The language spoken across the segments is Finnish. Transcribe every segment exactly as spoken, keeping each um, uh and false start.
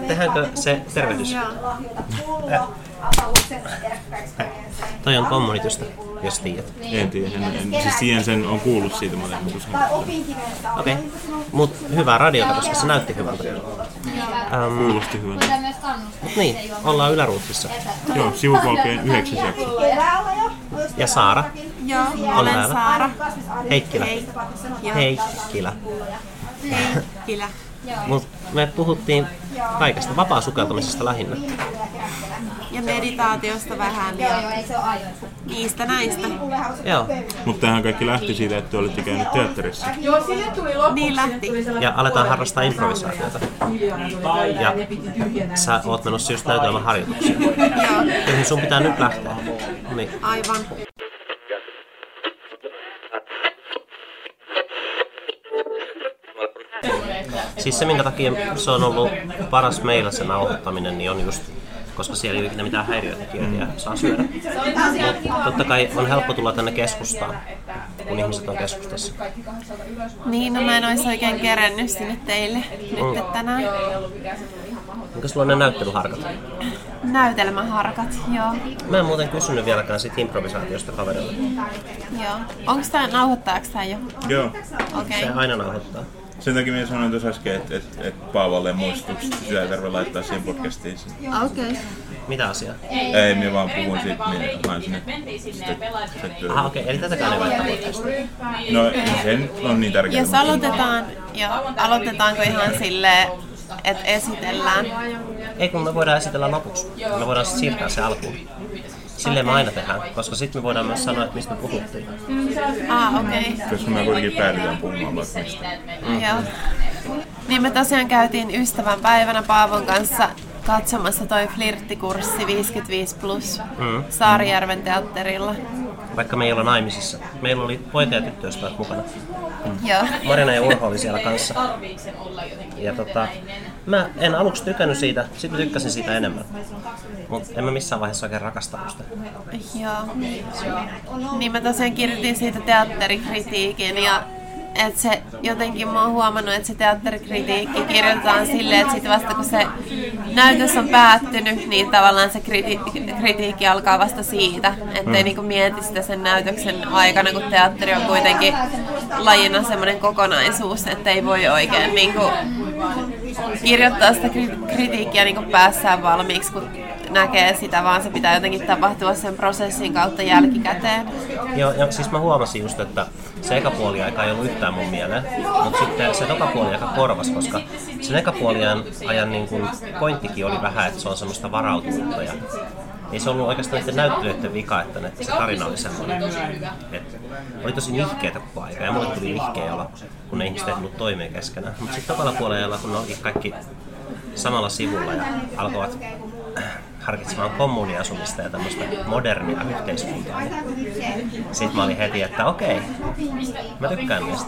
Tehdäänkö se tervehdys? Äh. Toi on Kommunitystä, jos tiedät. En tiedä, en, en, siis siihen sen on kuullut siitä, mutta en muuten. Okei, okay. Mut hyvää radiota, koska se näytti hyvältä. Um, Kuulosti hyvältä. Mut niin, ollaan Yläruutsissa. Joo, sivukolkeen yhdeksäs jakso. Ja Saara. Joo, olen täällä. Saara. Heikkilä. Hei. Heikkilä. Heikkilä. Mut me puhuttiin kaikesta vapaa-sukeltamisesta lähinnä. Ja meditaatiosta vähän ja niistä näistä. Joo. Mutta tämähän kaikki lähti siitä, että olitte käynyt teatterissa. Niin lähti. Ja aletaan harrastaa improvisaatiota. Ja sä oot menossa just näytelmän harjoituksiin. Joo. Joihin sun pitää nyt lähteä. Niin. Aivan. Siis se, minkä takia se on ollut paras meillä se nauhoittaminen, niin on just, koska siellä ei ole ikinä mitään häiriötekijöitä ja saa syödä. Mutta totta kai on helppo tulla tänne keskustaan, kun ihmiset on keskustassa. Niin, no mä en olisi oikein kerennyt sinne teille mm. nyt tänään. Mikä sulla on ne näyttelyharkat? Näytelmäharkat, joo. Mä en muuten kysynyt vieläkään siitä improvisaatiosta kaverille. Joo. Onko tää, nauhoittaako tää jo? Joo. Okay. Se aina nauhoittaa. Sen takia minä sanoin tuossa äsken, että et, et Paavalle muistutukset, sitä ei tarvitse laittaa siihen podcastiin. Okei. Okay. Mitä asiaa? Ei, minä vaan puhun siitä, minä vaan sinne. Aha, okei, okay. Eli tätäkään ei laittaa podcastiin. No, sen on niin tärkeää. Jos aloitetaan, jo, aloitetaanko ihan silleen, että esitellään? Ei, kun me voidaan esitellä lopuksi. Me voidaan sitten siirtää se alkuun. Silleen me aina tehdään, koska sitten me voidaan myös sanoa, että mistä me puhuttiin. Ah, okei. Okay. Koska me kuitenkin päädytään puhumaan vaikka mistä. Mm. Joo. Niin me tosiaan käytiin ystävän päivänä Paavon kanssa katsomassa toi flirttikurssi viisikymmentäviisi plus mm. Saarijärven teatterilla. Vaikka me ei olla naimisissa. Meillä oli poika- ja tyttöystävät mukana. Mm. Joo. Marina ja Urho oli siellä kanssa. Ja tota, mä en aluksi tykännyt siitä, sit mä tykkäsin siitä enemmän. Mut en mä missään vaiheessa oikein rakastanut sitä. Joo. Niin mä tosiaan kirjoitin siitä teatterikritiikin ja että se jotenkin mä oon huomannut, että se teatterikritiikki kirjoitetaan silleen, että sit vasta kun se näytös on päättynyt, niin tavallaan se kriti- kritiikki alkaa vasta siitä, ettei mm. niinku mieti sitä sen näytöksen aikana, kun teatteri on kuitenkin lajina semmoinen kokonaisuus, että ei voi oikein niinku kirjoittaa sitä kritiikkiä niinku päässään valmiiksi, kun näkee sitä, vaan se pitää jotenkin tapahtua sen prosessin kautta jälkikäteen. Joo, ja siis mä huomasin just, että se eka puoliaika ei ollut yhtään mun mieleen, mutta sitten se toka puoliaika korvas, koska sen eka puoliajan ajan niin kun pointtikin oli vähän, että se on semmoista varautunutta. Ja ei se ollut oikeastaan niiden näyttelijöiden vika, että ne, se tarina oli semmoinen, että oli tosi nihkeetä koko aika ja mulle tuli nihkeä olla, kun ne ihmiset ei tullut toimeen keskenään. Mutta sitten tokalla puoliajalla, kun ne olikin kaikki samalla sivulla ja alkoivat harkitsemaan kommuniasumista ja tämmöistä modernia yhteiskuntaa. Sitten mä olin heti, että okei, mä tykkään niistä.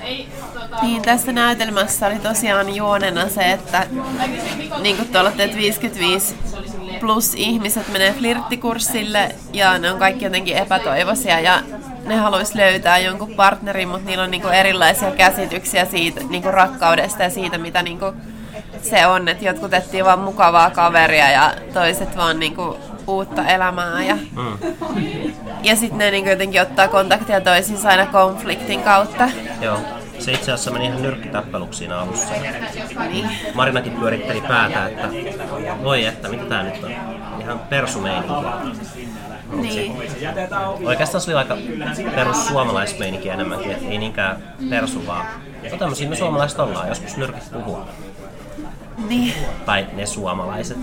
Niin, tässä näytelmässä oli tosiaan juonena se, että niin kuin tuolla teet viisikymmentäviisi plus ihmiset menee flirttikurssille ja ne on kaikki jotenkin epätoivoisia ja ne haluaisi löytää jonkun partnerin, mutta niillä on niinku erilaisia käsityksiä siitä niinku rakkaudesta ja siitä, mitä niinku se on, että jotkut etsii vaan mukavaa kaveria ja toiset vaan niinku uutta elämää. Ja, mm. ja sitten ne niinku jotenkin ottaa kontaktia toisiinsa aina konfliktin kautta. Joo. Se itse asiassa meni ihan nyrkkitappeluksi siinä alussa. Niin. Marinakin pyöritteli päätä, että voi että, mitä tää nyt on? Ihan persumeininkiä. Niin. Oikeastaan se oli aika perussuomalaismeininkiä enemmänkin, että ei niinkään persu vaan. No tämmöisiä me suomalaiset ollaan, joskus nyrkit puhuu. Niin. Tai ne suomalaiset.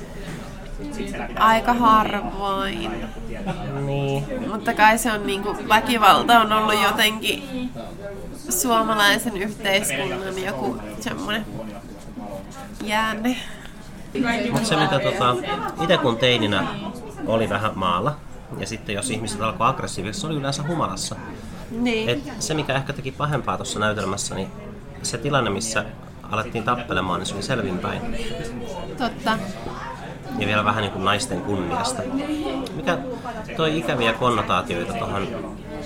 Aika harvoin. Niin. Mutta kai se on niinku, väkivalta on ollut jotenkin suomalaisen yhteiskunnan joku semmoinen jäänne. Mutta se mitä tota, itse kun teininä oli vähän maalla, ja sitten jos ihmiset alkoi aggressiivisesti, se oli yleensä humalassa. Niin. Et se mikä ehkä teki pahempaa tuossa näytelmässä, niin se tilanne missä alettiin tappelemaan, niin se oli selvinpäin. Totta. Ja vielä vähän niin kuin naisten kunniasta. Mikä toi ikäviä konnotaatioita tuohon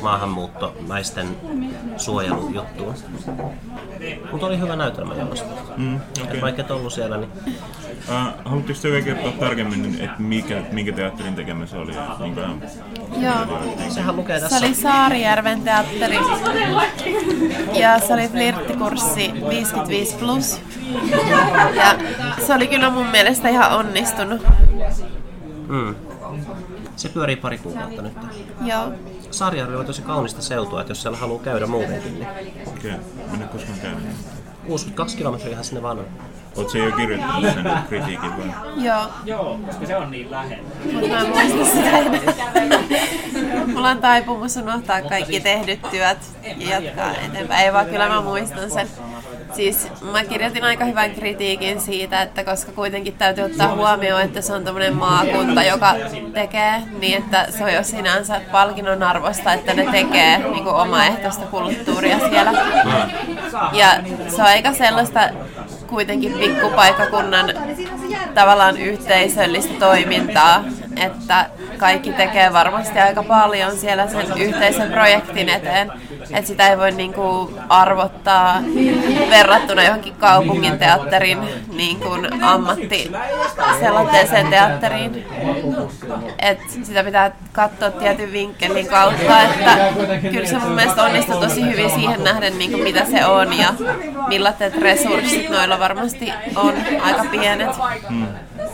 maahanmuutto, naisten suojelujuttuun. Mutta oli hyvä näytelmä jollaista. Mm, okay. Vaikka et ollut siellä, niin... Uh, haluatteko te vielä kertoa tarkemmin, että mikä, minkä teatterin tekemä se oli? Minkä... Joo. Sehän lukee tässä. Se oli Saarijärven teatteri. Ja se oli flirttikurssi viisikymmentäviisi plus. Ja se oli kyllä mun mielestä ihan onnistunut. Mm. Se pyörii pari kuukautta nyt. Joo. Saarijärvi on tosi kaunista seutua, että jos siellä haluaa käydä muutenkin, niin... Okei, okay. Mennä koskaan käydä. kuusikymmentäkaksi kilometriä sinne vaan on. Oletko se jo kirjoittanut sen kritiikin vai? Joo. Joo, koska se on niin lähellä. Mutta mä en muista sitä enää. Mulla on taipumus unohtaa kaikki tehdyt työt ja jatkaa eteenpäin. Ei vaan, kyllä mä muistan sen. Siis mä kirjoitin aika hyvän kritiikin siitä, että koska kuitenkin täytyy ottaa huomioon, että se on tämmöinen maakunta, joka tekee, niin että se on jo sinänsä palkinnon arvosta, että ne tekee niin kuin omaehtoista kulttuuria siellä. Ja se on aika sellaista kuitenkin pikkupaikkakunnan tavallaan yhteisöllistä toimintaa, että kaikki tekee varmasti aika paljon siellä sen yhteisen projektin eteen, että sitä ei voi niinku arvottaa verrattuna johonkin kaupungin teatterin niinku ammatti sellaiseen teatteriin, että sitä pitää katsoa tietyn vinkkelin kautta, että kyllä se mun mielestä onnistui tosi hyvin siihen nähden, niinku mitä se on ja millaiset resurssit noilla varmasti on aika pienet. Hmm.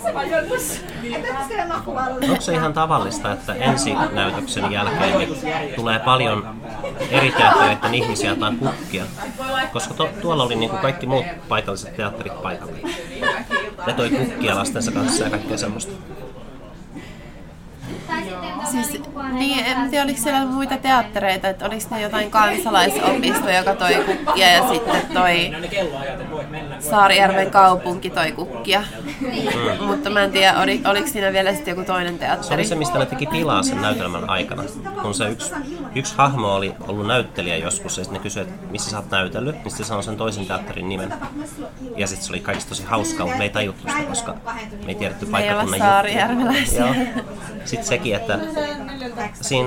Onko se ihan tavallista, että ensinäytöksen jälkeen niin tulee paljon eri teattereiden ihmisiä tai kukkia? Koska to, tuolla oli niin kuin kaikki muut paikalliset teatterit paikalla. Ne toi kukkia lastensa kanssa ja kaikkea semmoista. Siis, niin, en tiedä, oliko siellä muita teattereita, että oliko ne jotain kansalaisopisto, joka toi kukkia ja sitten toi Saarijärven kaupunki toi kukkia. Mm. Mutta mä en tiedä, oli, oliko siinä vielä sitten joku toinen teatteri. Se oli se, mistä ne teki tilaa sen näytelmän aikana. Kun se yksi, yksi hahmo oli ollut näyttelijä joskus ja sitten ne kysyi, että missä sä oot näytellyt, niin sitten sanoi sen toisen teatterin nimen. Ja sitten se oli kaikista tosi hauskaa, mutta me ei tajuttu sitä, koska me ei tiedetty paikkakunnan juttuja. Saarijärveläisiä. Sitten sekin, että siinä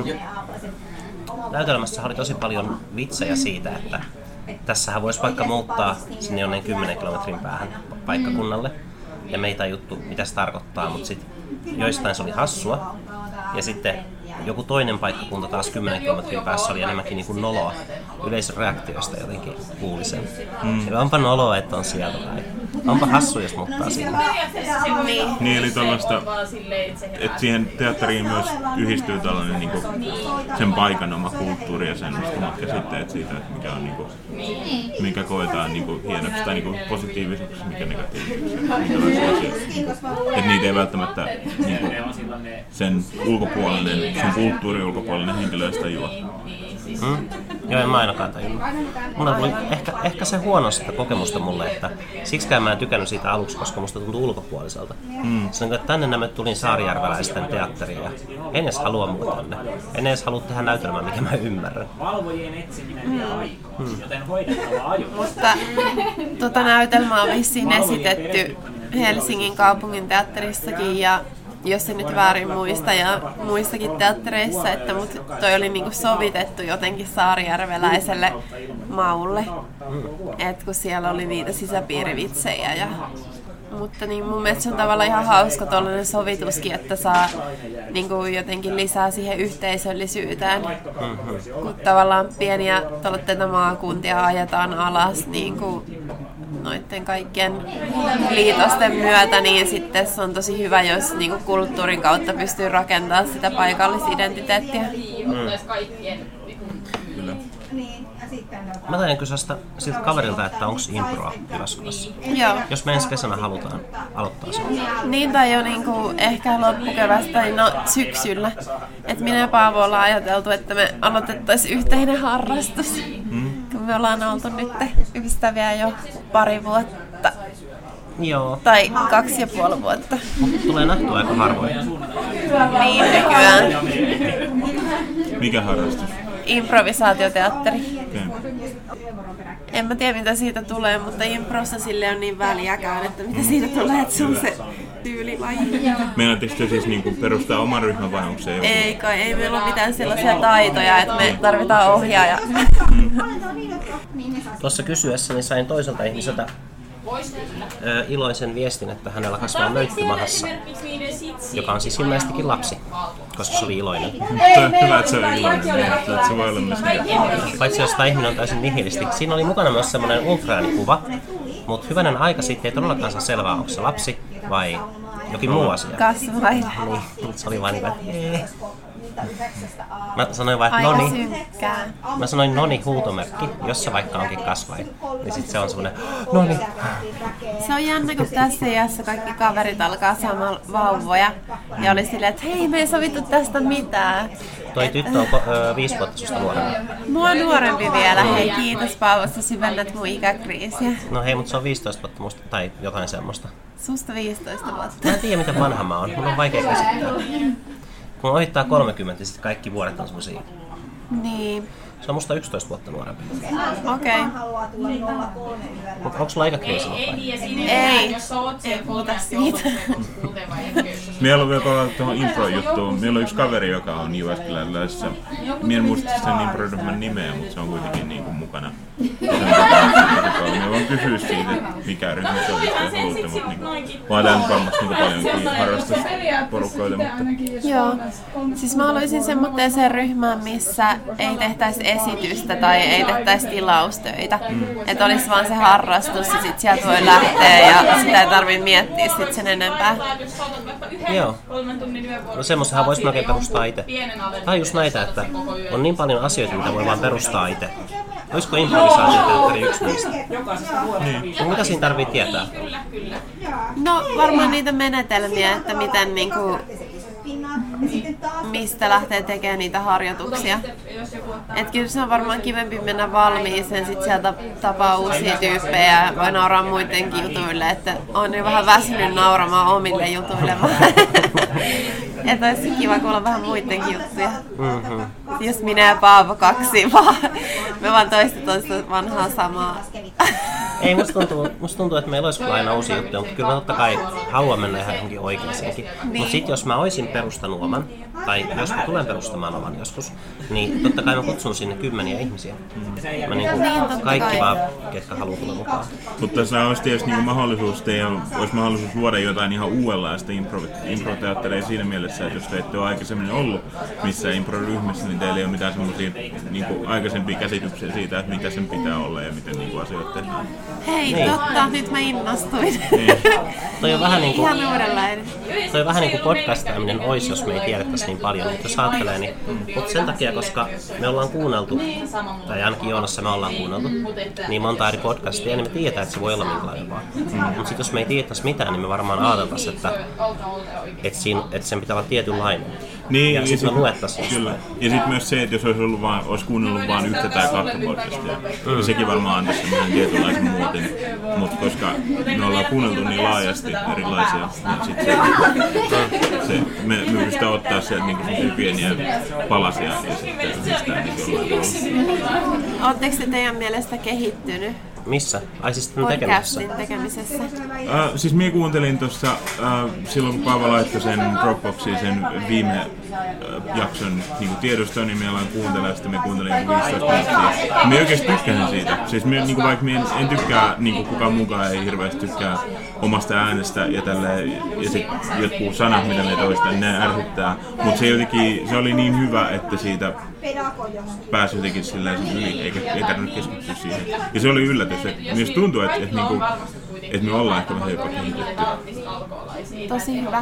näytelmässä oli tosi paljon vitsejä siitä, että tässähän voisi vaikka muuttaa sinne jonnen kymmenen kilometrin päähän paikkakunnalle. Ja me ei tajuttu, mitä se tarkoittaa, mutta sitten joistain se oli hassua. Ja sitten joku toinen paikkakunta taas kymmenen kilometrin päässä oli enemmänkin niin kuin noloa. Yleisön reaktioista jotenkin kuuli sen. Mm. Ja onpa noloa, että on siellä. Onpa hassu, jos muuttaa sinne. Niin, niin eli tällaista, että siihen teatteriin myös yhdistyy tällainen niin kuin sen paikan oma kulttuuri ja sen omat käsitteet siitä, että mikä on niin kuin, mikä koetaan niin kuin hienoksi tai niin kuin positiivisuksi, mikä negatiivisuksi. Että niitä ei välttämättä niin kuin sen ulkopuolinen, sen kulttuurin ulkopuolinen henkilö sitä juo. Mm. Joo, en mä ainakaan tajunnut. Mulla tuli ehkä, ehkä se huono sitä kokemusta mulle, että siksikään mä en tykännyt siitä aluksi, koska musta tuntui ulkopuoliselta. Mm. Se on, että tänne mä tulin saarijärveläisten teatteriin ja en edes halua mua tänne. En edes halua tehdä näytelmää, mikä mä ymmärrän. Valvojien etsiminen vie aikaa, mm. joten hoidettava ajoissa. Mutta tuota näytelmää on vissiin esitetty Helsingin kaupungin teatterissakin ja jos en nyt väärin muista ja muissakin teattereissa, että mut toi oli niinku sovitettu jotenkin saarijärveläiselle maulle, et kun siellä oli niitä sisäpiirivitsejä. Ja, mutta niin mun mielestä se on tavallaan ihan hauska tollainen sovituskin, että saa niinku jotenkin lisää siihen yhteisöllisyyteen, kun tavallaan pieniä tolotteita maakuntia ajetaan alas niinku noiden kaikkien liitosten myötä, niin sitten se on tosi hyvä, jos niinku kulttuurin kautta pystyy rakentamaan sitä paikallisidentiteettiä. Mm. Mä tain kysyä sitä siltä kaverilta, että onko improa Jyväskylässä? Joo. Jos me ensi kesänä halutaan aloittaa sen. Niin, tai jo niinku ehkä loppukevästä tai no syksyllä. Et minä ja Paavo ollaan ajateltu, että me aloitettaisiin yhteinen harrastus. Mm. Kun me ollaan oltu nyt ystäviä jo pari vuotta. Joo. Tai kaksi ja puoli vuotta. Tulee nähtyä aika harvoin. Niin, nykyään. Mikä harrastus? Improvisaatioteatteri. Okay. En mä tiedä mitä siitä tulee, mutta improssa sille on niin väliäkään, että mitä siitä tulee, että se on se tyylilaji. Meinatteko te siis niinku perustaa oman ryhmän vai onko se joku? Ei kai, ei meillä ole mitään sellaisia taitoja, että me tarvitaan ohjaaja. Tuossa kysyessäni sain toiselta ihmiseltä ö, iloisen viestin, että hänellä kasvaa möytty mahassa, joka on siis ilmeisestikin lapsi, koska se oli iloinen. Hyvä, että se on iloinen, niin että se voi olla myös niin. Paitsi jos tämä ihminen on täysin nihilisti. Siinä oli mukana myös semmoinen ultraäänikuva, mutta hyvänen aika sitten ei todellakaan saa selvää, onko se lapsi vai jokin muu asia. Kasvain. Niin, mutta se oli vaan niin kuin, että mä sanoin vaan, että Aika noni. synkkää. Mä sanoin noni huutomerkki, jos se vaikka onkin kasvain. Niin sit se on semmonen noni. Se on jännä, kun tässä iässä kaikki kaverit alkaa saamaan vauvoja. Ja oli silleen, että hei, me ei sovittu tästä mitään. Toi tyttö on ö, viisi vuotta susta nuorempi. Mua nuorempi vielä. Hei, kiitos Paavo, sä syvennät mun ikäkriisiä. No hei, mutta se on viisitoista vuotta musta, tai jotain semmoista. Susta viisitoista vuotta. Mä en tiedä, miten vanha mä oon. Mun on vaikea käsittää. Kun ohittaa kolmekymmentä, niin sit kaikki vuodet on semmosia. Niin. Se on musta yksitoista vuotta nuorempi. Okei. Okay. Mutta onko sulla aikakriisi vai? Ei. Ei puhuta siitä. Meillä on vielä palata tuohon impro-juttuun. Meillä on yksi kaveri, joka on Jyväskyläläisessä. Mie en muista sen impro-ryhmän nimeä, mutta se on kuitenkin niin kuin mukana. Me voin kysyä siitä, mikä ryhmä se on, jos te haluatte, mutta niin mä oon lähden varmasti niin paljonkin harrastusporukoille. Mutta... Joo. Siis mä haluaisin semmoiseen ryhmään, missä ei tehtäisi esitystä tai ei tehtäisi tilaustöitä. Mm. Että olisi vaan se harrastus ja sit sieltä voi lähteä ja sitä ei tarvitse miettiä sit sen enempää. Joo. No semmoisenhan voisi melkein perustaa itse. Tai just näitä, että on niin paljon asioita, mitä voi vaan perustaa itse. Olisiko improvisaatioteatteri yksi niistä? Niin. No, mitä siinä tarvii tietää? No varmaan niitä menetelmiä, että miten niinku, mistä lähtee tekemään niitä harjoituksia. Et kyllä se on varmaan kivempi mennä valmiiseen, sit sieltä tapaa uusia tyyppejä ja voi nauraa muidenkin jutuille, että on jo vähän väsynyt nauramaan omille jutuille. Että olisi kiva kuulla vähän muidenkin juttuja. Mm-hmm. Jos minä ja Paavo kaksi vaan, me vaan toistetaan sitä vanhaa samaa. Ei, musta tuntuu, musta tuntuu, että meillä olisi kyllä aina uusia juttuja, mutta kyllä mä totta kai haluan mennä ihan johonkin oikeisiinkin. Niin. Mutta sitten jos mä olisin perustanut oman, tai jos mä tulen perustamaan oman joskus, niin totta kai mä kutsun sinne kymmeniä ihmisiä. Mä niinku niin, kaikki vaan, ketkä haluaa tulla mukaan. Mutta tässä olisi tietysti niinku mahdollisuus, teidän olisi mahdollisuus luoda jotain ihan uudenlaista impro- improteatteria siinä mielessä, että jos te ette ole aikaisemmin ollut missään impro-ryhmässä, niin teillä ei ole mitään semmoisia niinku aikaisempia käsityksiä siitä, että mitä sen pitää olla ja miten niinku asioita tehdään. Hei, niin. Totta, nyt mä innostuin. Niin. Toi on vähän niinku, ihan uudenlainen. Toi on vähän niinku podcastaaminen ois, jos me ei tiedettäisi niin paljon, mutta jos ajattelee, niin mutta sen takia, koska me ollaan kuunneltu, tai ainakin Joonassa me ollaan kuunneltu, niin monta eri podcastia, niin me tiedetään, että se voi olla minkälainen vaan. Mm. Mutta sitten jos me ei tiedettäisi mitään, niin me varmaan ajateltaisiin, että, että, siinä, että sen pitää olla tietynlainen. Niin, ja, ja sitten me sit, luettaisiin. Kyllä. Ja sitten myös se, että jos olisi, ollut vaan, olisi kuunnellut vain yhtä tai kahta podcastia, mm. niin sekin varmaan antaisi semmoinen tietynlaisen muotin. Mutta koska me ollaan kuunneltu niin laajasti erilaisia, niin sitten se, se, me, me pystytään ottaa sieltä niin pieniä palasia ja sitten yhdistää niin jollain tavalla. Oletteko te teidän mielestä kehittynyt? Missä? Ai siis tämän tekemisessä? Podcastin tekemisessä. Äh, siis minä kuuntelin tuossa äh, silloin kun Paavo laittoi sen Dropboxiin sen viime äh, jakson niin tiedostoon, niin minä aloin kuuntelemaan ja sitten minä kuuntelin viisitoista minuuttia. Minä oikeasti tykkäsin siitä. Siis minä, niin vaikka minä en, en tykkää, niin kukaan mukaan ei hirveästi tykkää omasta äänestä ja, tälleen, ja sit jotkut sanat, mitä me toistaan, ne ärsyttää. Mutta se, jotenkin, se oli niin hyvä, että siitä pääsi jotenkin silleen sen yli, eikä ei tarvinnut keskittyä siihen. Ja se oli yllätys. Myös tuntuu, että, että, että, että, että me ollaan ehkä vähän jopa kehitetty. Tosi hyvä.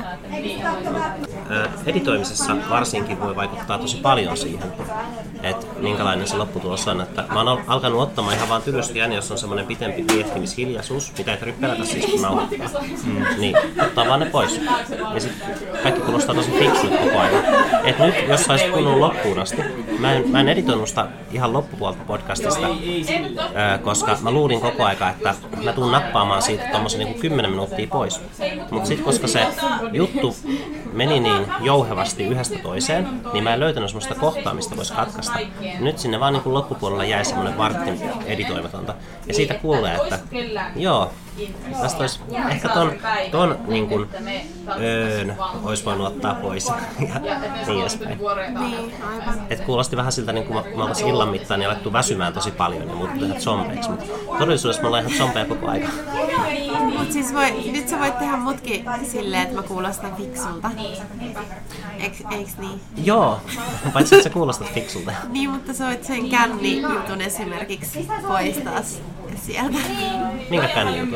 Editoimisessa varsinkin voi vaikuttaa tosi paljon siihen, että minkälainen se lopputulos on. Että mä oon alkanut ottamaan ihan vaan tylysti aina, jos on semmoinen pitempi miettimishiljaisuus, mitä ei tarvitse pelätä siis, kun nauhoittaa. Mm. Niin, ottaa vaan ne pois. Ja sitten kaikki kuulostaa tosi fiksuilta koko ajan. Et nyt, jos saisit kuunnella loppuun asti, mä en, mä en editoinut sitä ihan loppupuolta podcastista, koska mä luulin koko aika, että mä tuun nappaamaan siitä tommosen niin kuin kymmenen minuuttia pois. Mutta sitten koska se juttu meni niin jouhevasti yhdestä toiseen, niin mä en löytänyt semmoista kohtaa, mistä voisi katkaista. Nyt sinne vaan niin kuin loppupuolella jäi semmoinen vartti editoimatonta. Ja siitä kuulee, että joo, Tästä olisi, ehkä ton, ton niin kuin, öön olisi voinut ottaa pois ja niin edespäin. Niin, aivan. Et kuulosti vähän siltä, niin kuin mä, mä oltaisiin illan mittaan niin alettu väsymään tosi paljon ja muuttu ihan zombeiksi, mutta todellisuudessa me ollaan ihan zombeja koko aika. Mut siis voi, nyt sä voit tehdä mutkin silleen, että mä kuulostan fiksulta. Eiks, eiks niin? Joo, paitsi että sä kuulostat fiksulta. Niin, mutta sä voit sen känni-jutun esimerkiksi poistaa sieltä. Minkä känni-jutun?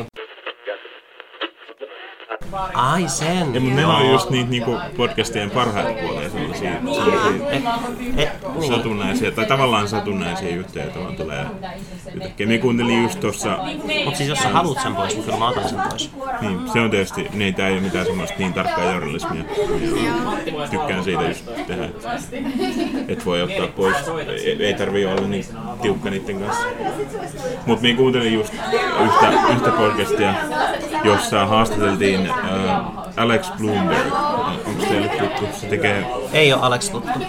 Ai sen! Ja, mutta ne on just niitä niinku podcastien parhaita puolia, sellaisia, sellaisia Et, et, niin. satunnaisia, tai tavallaan satunnaisia juttuja, joita vaan tulee yhtäkkiä. Me kuuntelin just tossa... Mut siis jos sä haluut sen pois, niin kyllä mä otan sen pois. Niin, se on tietysti, niitä ei ole mitään semmoista niin tarkkaa journalismia. Ja tykkään siitä just tehdä, että voi ottaa pois. Ei, ei tarvii olla niin tiukka niiden kanssa. Mut me kuuntelin just yhtä, yhtä podcastia, jossa haastateltiin Uh, Alex Blumberg, onko teille tuttu? Se tekee... Ei ole Alex tuttu.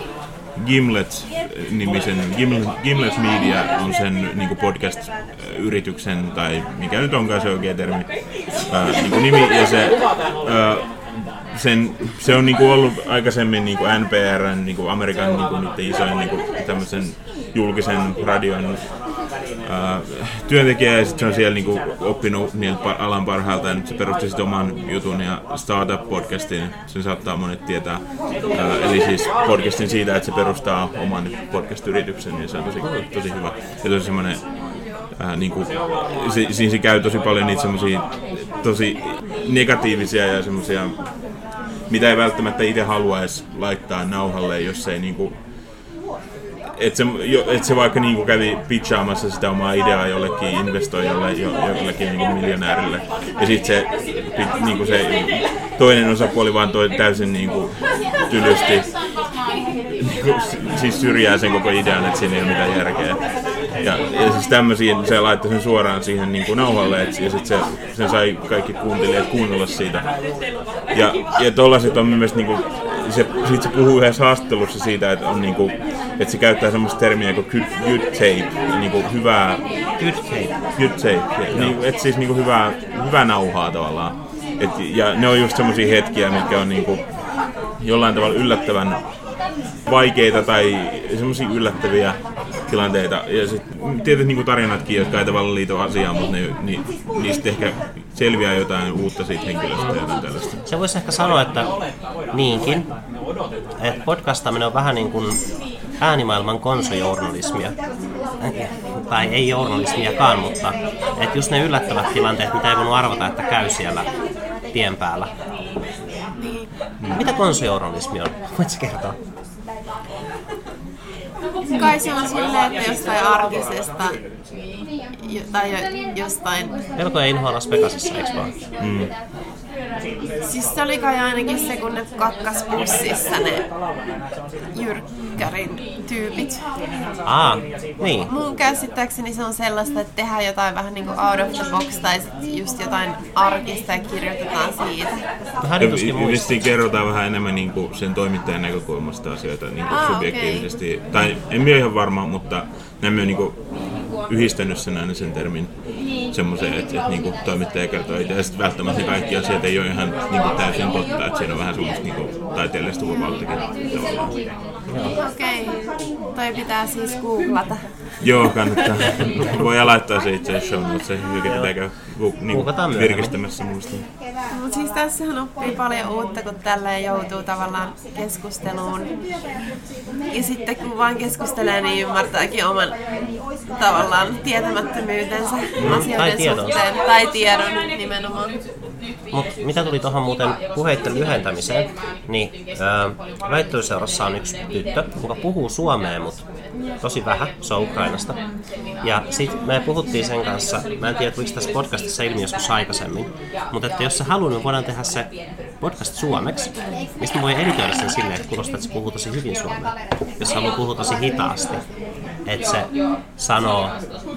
Gimlet-nimisen, Gimlet, Gimlet Media on sen niin kuin podcast-yrityksen, tai mikä nyt onkaan se oikea termi, uh, niin kuin nimi, ja se, uh, sen, se on niin kuin ollut aikaisemmin niin kuin N P R:n, niin kuin Amerikan niin kuin niiden isoin niin kuin tämmöisen julkisen radion Uh, työntekijä ja sitten se on siellä niinku oppinut niiltä alan parhailta ja nyt se perusti sitten oman jutun ja Startup-podcastin, sen saattaa monet tietää. Uh, eli siis podcastin siitä, että se perustaa oman podcast-yrityksen ja se on tosi, tosi hyvä ja tosi semmoinen uh, niinku, se, siinä se käy tosi paljon niitä semmosia tosi negatiivisia ja semmosia, mitä ei välttämättä itse haluaisi laittaa nauhalle, jos ei niinku että se, et se vaikka niinku kävi pitchaamassa sitä omaa ideaa jollekin investoijalle, jo, jollekin niinku miljonäärille. Ja sitten se, niinku se toinen osapuoli vaan toi täysin niinku tylysti niinku, siis syrjää sen koko idean, että siinä ei ole mitään järkeä. Ja, ja siis tämmöisiä se laittoi sen suoraan siihen niinku nauhalle, et, ja sitten se, sen sai kaikki kuuntelijat kuunnella siitä. Ja, ja tollaset on mielestäni niinku, se, sit se puhuu yhdessä haastattelussa siitä, että on niinku, että se käyttää semmoista termiä kuin good, good tape, niinku hyvää good tape. Good tape. Ja, niinku, et siis niinku hyvää, hyvää nauhaa tavallaan. Et, ja ne on just semmosia hetkiä, mitkä on niinku jollain tavalla yllättävän vaikeita tai semmosia yllättäviä tilanteita. Ja sit tietysti niinku tarinatkin, jotka ei tavallaan liity asiaan, mutta ne, ni, niistä ehkä selviää jotain uutta siitä henkilöstä ja tällaista. Se voisi ehkä sanoa, että niinkin, että podcastaminen on vähän niin kuin äänimaailman konsojournalismia. Tai ei journalismiakaan, mutta että just ne yllättävät tilanteet, mitä ei voinut arvata, että käy siellä tien päällä. Mitä konsojournalismi on? Voitko kertoa? Kai se on silleen, että jostain arkisesta tai jostain... Pelko ja inhoa Las Vegasissa, eikö vaan? Mm. Siis se oli kai ainakin se, kun ne kakkas bussissa ne jyrkkärin tyypit. Aa, niin. Mun käsittääkseni se on sellaista, että tehdään jotain vähän niinku out of the box tai sit just jotain arkista ja kirjoitetaan siitä. Ja vissiin kerrotaan vähän enemmän niinku sen toimittajan näkökulmasta asioita niinku ah, subjektiivisesti. Okay. Tai en ole ihan varma, mutta näin niinku yhdistänyt sen aina sen termin semmoiseen, että, että niinku toimittaja kertoo itse. Ja sitten välttämättä kaikki asiat ei ole ihan niinku täysin totta, että siinä on vähän semmoista niinku taiteellista vapauttakin tavallaan. Okei, okay. Toi pitää siis googlata. Joo, kannattaa. Voi laittaa se itse asiassa show notesiin, joka pitää käydä niinku virkistämässä muista. Mut siis tässähän oppii paljon uutta, kun tälleen joutuu tavallaan keskusteluun. Ja sitten kun vaan keskustelee, niin ymmärtääkin oman tavallaan tietämättömyytensä asioiden tai suhteen. Tai tiedon nimenomaan. Mut mitä tuli tuohon muuten puheitten lyhentämiseen, niin äh, väittelyseurassa on yksi tyttö, joka puhuu suomea, mutta tosi vähän, se on Ukrainasta. Ja sit me puhuttiin sen kanssa, mä en tiedä, tuliko tässä podcastissa ilmi joskus aikaisemmin, mutta että jos sä haluat, niin voidaan tehdä se podcast suomeksi, mistä voi editoida sen silleen, että kuulostaa, että se puhuu tosi hyvin suomea. Jos haluaa puhua tosi hitaasti, että se sanoo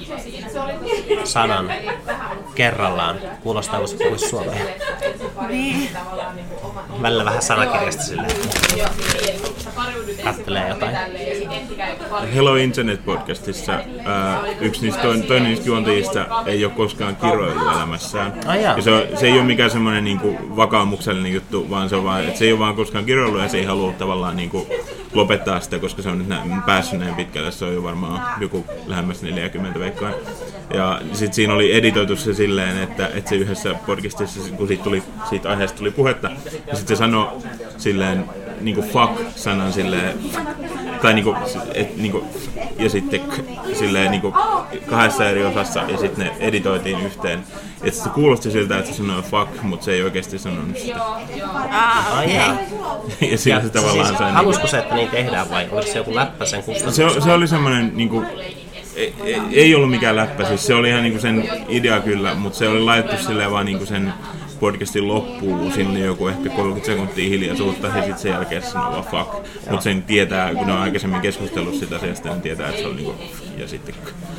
sanan kerrallaan, kuulostaa, kun se puhuisi suomea. Niin. Välillä vähän sanakirjasta silleen. kattelee jotain. Hello Internet-podcastissa ää, yksi niistä, toinen, toinen niistä juontajista ei ole koskaan kiroillut elämässään. Ah, ja se, on, se ei ole mikään semmoinen niinku vakaumuksellinen juttu, vaan se, on vaan, että se ei ole vaan koskaan kiroillut ja se ei halua tavallaan niinku lopettaa sitä, koska se on nyt nä- päässyt näin pitkälle. Se on jo varmaan joku lähemmäs neljäkymmentä veikkoa. Ja sitten siinä oli editoitu se silleen, että, että se yhdessä podcastissa, kun siitä, tuli, siitä aiheesta tuli puhetta, ja sitten se sanoi silleen niinku fuck-sanan silleen, tai niinku, et, niinku, ja sitten silleen niinku kahdessa eri osassa, ja sitten ne editoitiin yhteen. Et se kuulosti siltä, että se sanoi fuck, mutta se ei oikeasti sanonut sitä. Ah, okei. Okay. ja siinä se tavallaan siis, sai... Halusko se, että niin tehdään vai oliko se joku läppä sen kustannuksella? Se, se oli semmoinen niinku... Ei, ei ollut mikään läppä, siis se oli ihan niinku sen idea kyllä, mutta se oli laitettu silleen vaan niinku sen podcastin loppuun, siinä oli joku ehkä kolmekymmentä sekuntia hiljaisuutta ja sitten sen jälkeen se sanoo vaan fuck. Mutta sen tietää, kun ne on aikaisemmin keskustellut sitä asiasta, niin tietää, että se on niinku ja sitten...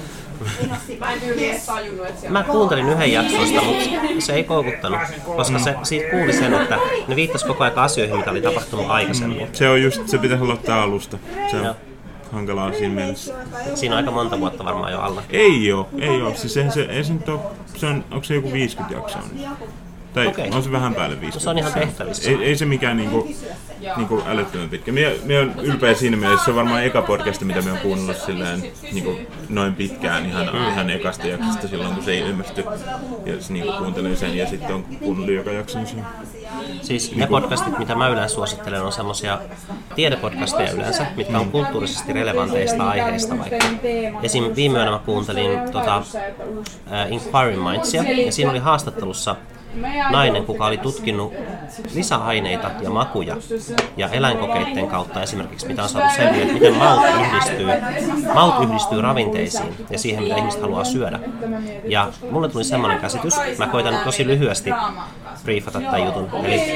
Mä kuuntelin yhden jaksoista, mutta se ei koukuttanut, koska se, siitä kuuli sen, että ne viittasi koko ajan asioihin, mitä oli tapahtunut aikaisemmin. Se on just, se pitäisi aloittaa alusta. Se on Joo. hankalaa siinä mielessä. Siinä on aika monta vuotta varmaan jo alla. Ei oo, ei oo. Siis eihän se, ei se nyt oo, se on, onko se joku viisikymmentä jaksoa nyt? Tai Okei. on se vähän päälle viisikymmentä. No se on ihan tehtävissä. Ei, ei se mikään niinku, niinku älyttömän pitkä. Mie, mie on ylpeä siinä mielessä, se on varmaan eka podcast, mitä me on kuunnellut silleen niinku noin pitkään ihan, mm. ihan ekasta jaksosta silloin, kun se ei ilmesty. Ja se niinku kuuntelin sen ja sitten on kuunnellut joka jakson sen. Siis ne podcastit, mitä mä yleensä suosittelen, on semmosia tiedepodcasteja yleensä, mitkä on kulttuurisesti relevanteista aiheista vaikka. Esim. Viime yönä mä kuuntelin tota, uh, Inquiring Mindsia, ja siinä oli haastattelussa nainen, kuka oli tutkinut lisäaineita ja makuja ja eläinkokeiden kautta esimerkiksi, mitä on saatu selviä, että miten maut yhdistyy, maut yhdistyy ravinteisiin ja siihen, mitä ihmiset haluaa syödä. Ja mulle tuli semmoinen käsitys, mä koitan tosi lyhyesti briefata tämän jutun. Eli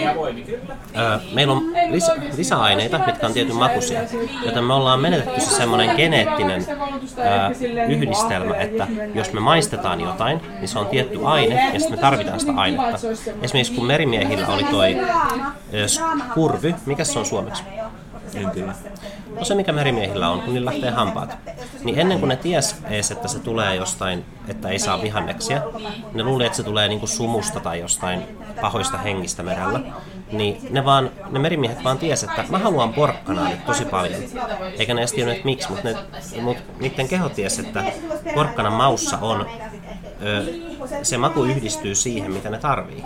ö, meillä on lisä, lisäaineita, mitkä on tietyn makuisia, joten me ollaan menetetty se semmoinen geneettinen ö, yhdistelmä, että jos me maistetaan jotain, niin se on tietty aine ja sitten me tarvitaan sitä ainetta. Esimerkiksi kun merimiehillä oli toi ö, kurvy, mikä se on suomeksi? En tiedä. No se mikä merimiehillä on, kun niillä lähtee hampaat. Niin ennen kuin ne ties ees, että se tulee jostain, että ei saa vihanneksia, ne luuli, että se tulee niinku sumusta tai jostain pahoista hengistä merellä. Niin ne, vaan, ne merimiehet vaan ties, että mä haluan porkkanaa nyt tosi paljon. Eikä ne edes tiennyt, että miksi, mutta mut niiden keho ties, että porkkanan maussa on Ö, se maku yhdistyy siihen, mitä ne tarvii.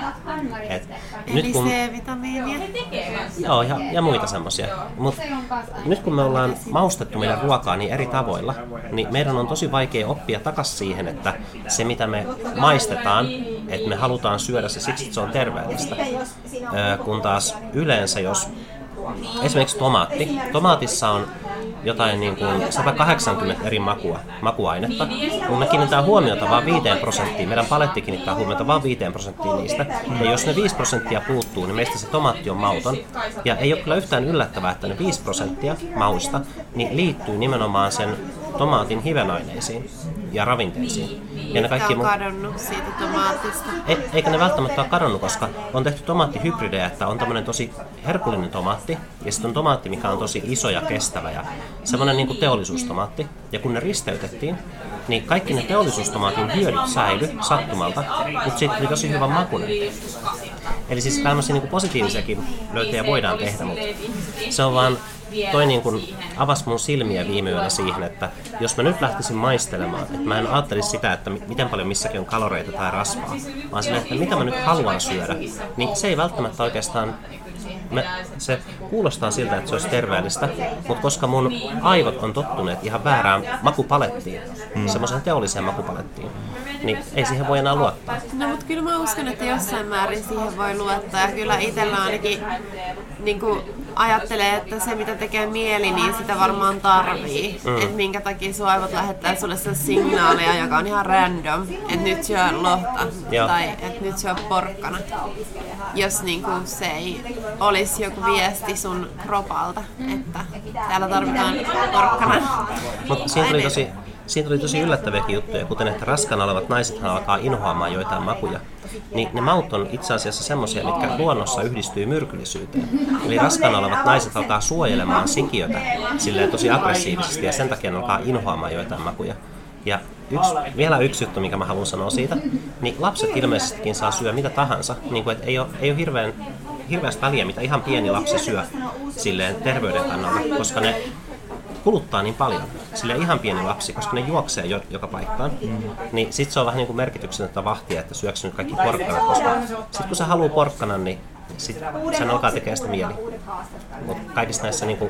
Et nyt kun, C-vitamiinia. joo, ja, ja muita semmosia. Mut nyt kun me ollaan maustettu meidän ruokaa niin eri tavoilla, niin meidän on tosi vaikea oppia takas siihen, että se mitä me maistetaan, että me halutaan syödä se siksi, että se on terveellistä. Ö, kun taas yleensä, jos esimerkiksi tomaatti, tomaatissa on jotain niin kuin sata kahdeksankymmentä eri makua, makuainetta, kun me kiinnitetään huomiota vain viiteen prosenttiin, meidän paletti kiinnittää huomiota vain viiteen prosenttiin niistä, ja jos ne viisi prosenttia puuttuu, niin meistä se tomaatti on mauton, ja ei ole kyllä yhtään yllättävää, että ne viisi prosenttia mausta niin liittyy nimenomaan sen tomaatin hivenaineisiin ja ravinteisiin. Ja ne kaikki on mun... kadonnut siitä tomaatista. E- eikä ne välttämättä ole kadonnut, koska on tehty tomaattihybridejä, että on tämmöinen tosi herkullinen tomaatti, ja sitten on tomaatti, mikä on tosi iso ja kestävä, ja semmoinen niin kuin teollisuustomaatti. Ja kun ne risteytettiin, niin kaikki ne teollisuustomaatin hyödyt säily sattumalta, mutta siitä tuli tosi hyvä makuinen. Eli siis tämmöisiä niin kuin positiivisiakin löytöjä voidaan tehdä, mutta se on vaan... Toi niin kun avasi mun silmiä viime yönä siihen, että jos mä nyt lähtisin maistelemaan, että mä en ajattelisi sitä, että miten paljon missäkin on kaloreita tai rasvaa, vaan sille, että mitä mä nyt haluan syödä, niin se ei välttämättä oikeastaan, me, se kuulostaa siltä, että se olisi terveellistä, mutta koska mun aivot on tottuneet ihan väärään makupalettiin, mm. semmoiseen teolliseen makupalettiin, niin ei siihen voi enää luottaa. No mutta kyllä mä uskon, että jossain määrin siihen voi luottaa, ja kyllä itsellä ainakin niin kuin ajattelee, että se mitä tekee mieli, niin sitä varmaan tarvii. Mm. Että minkä takia sun aivot lähettää sulle se signaaleja, joka on ihan random, että nyt syö lohta Joo. tai että nyt syö porkkana. Jos niinku se ei olisi joku viesti sun kropalta, että täällä tarvitaan porkkana. Mutta siinä tuli tosi Siinä tuli tosi yllättäviäkin juttuja, kuten että raskaana olevat naisethan alkaa inhoamaan joitain makuja. Niin ne maut on itse asiassa semmoisia, mitkä luonnossa yhdistyy myrkyllisyyteen. Eli raskaana olevat naiset alkaa suojelemaan sikiötä silleen tosi aggressiivisesti ja sen takia ne alkaa inhoamaan joitain makuja. Ja yksi, vielä yksi juttu, mikä mä haluan sanoa siitä, niin lapset ilmeisestikin saa syödä mitä tahansa. Niin kuin, että ei ole, ei ole hirveän, hirveästi väliä, mitä ihan pieni lapsi syö silleen terveyden kannalta, koska ne kuluttaa niin paljon. Silleen ihan pieni lapsi, koska ne juoksee jo, joka paikkaan. Mm. Niin sit se on vähän niin kuin merkityksetöntä vahtia, että syöksy nyt kaikki porkkanat, koska sit kun se haluaa porkkanan, niin sit sen alkaa tekemään sitä mieli. Mutta kaikissa näissä niin kuin,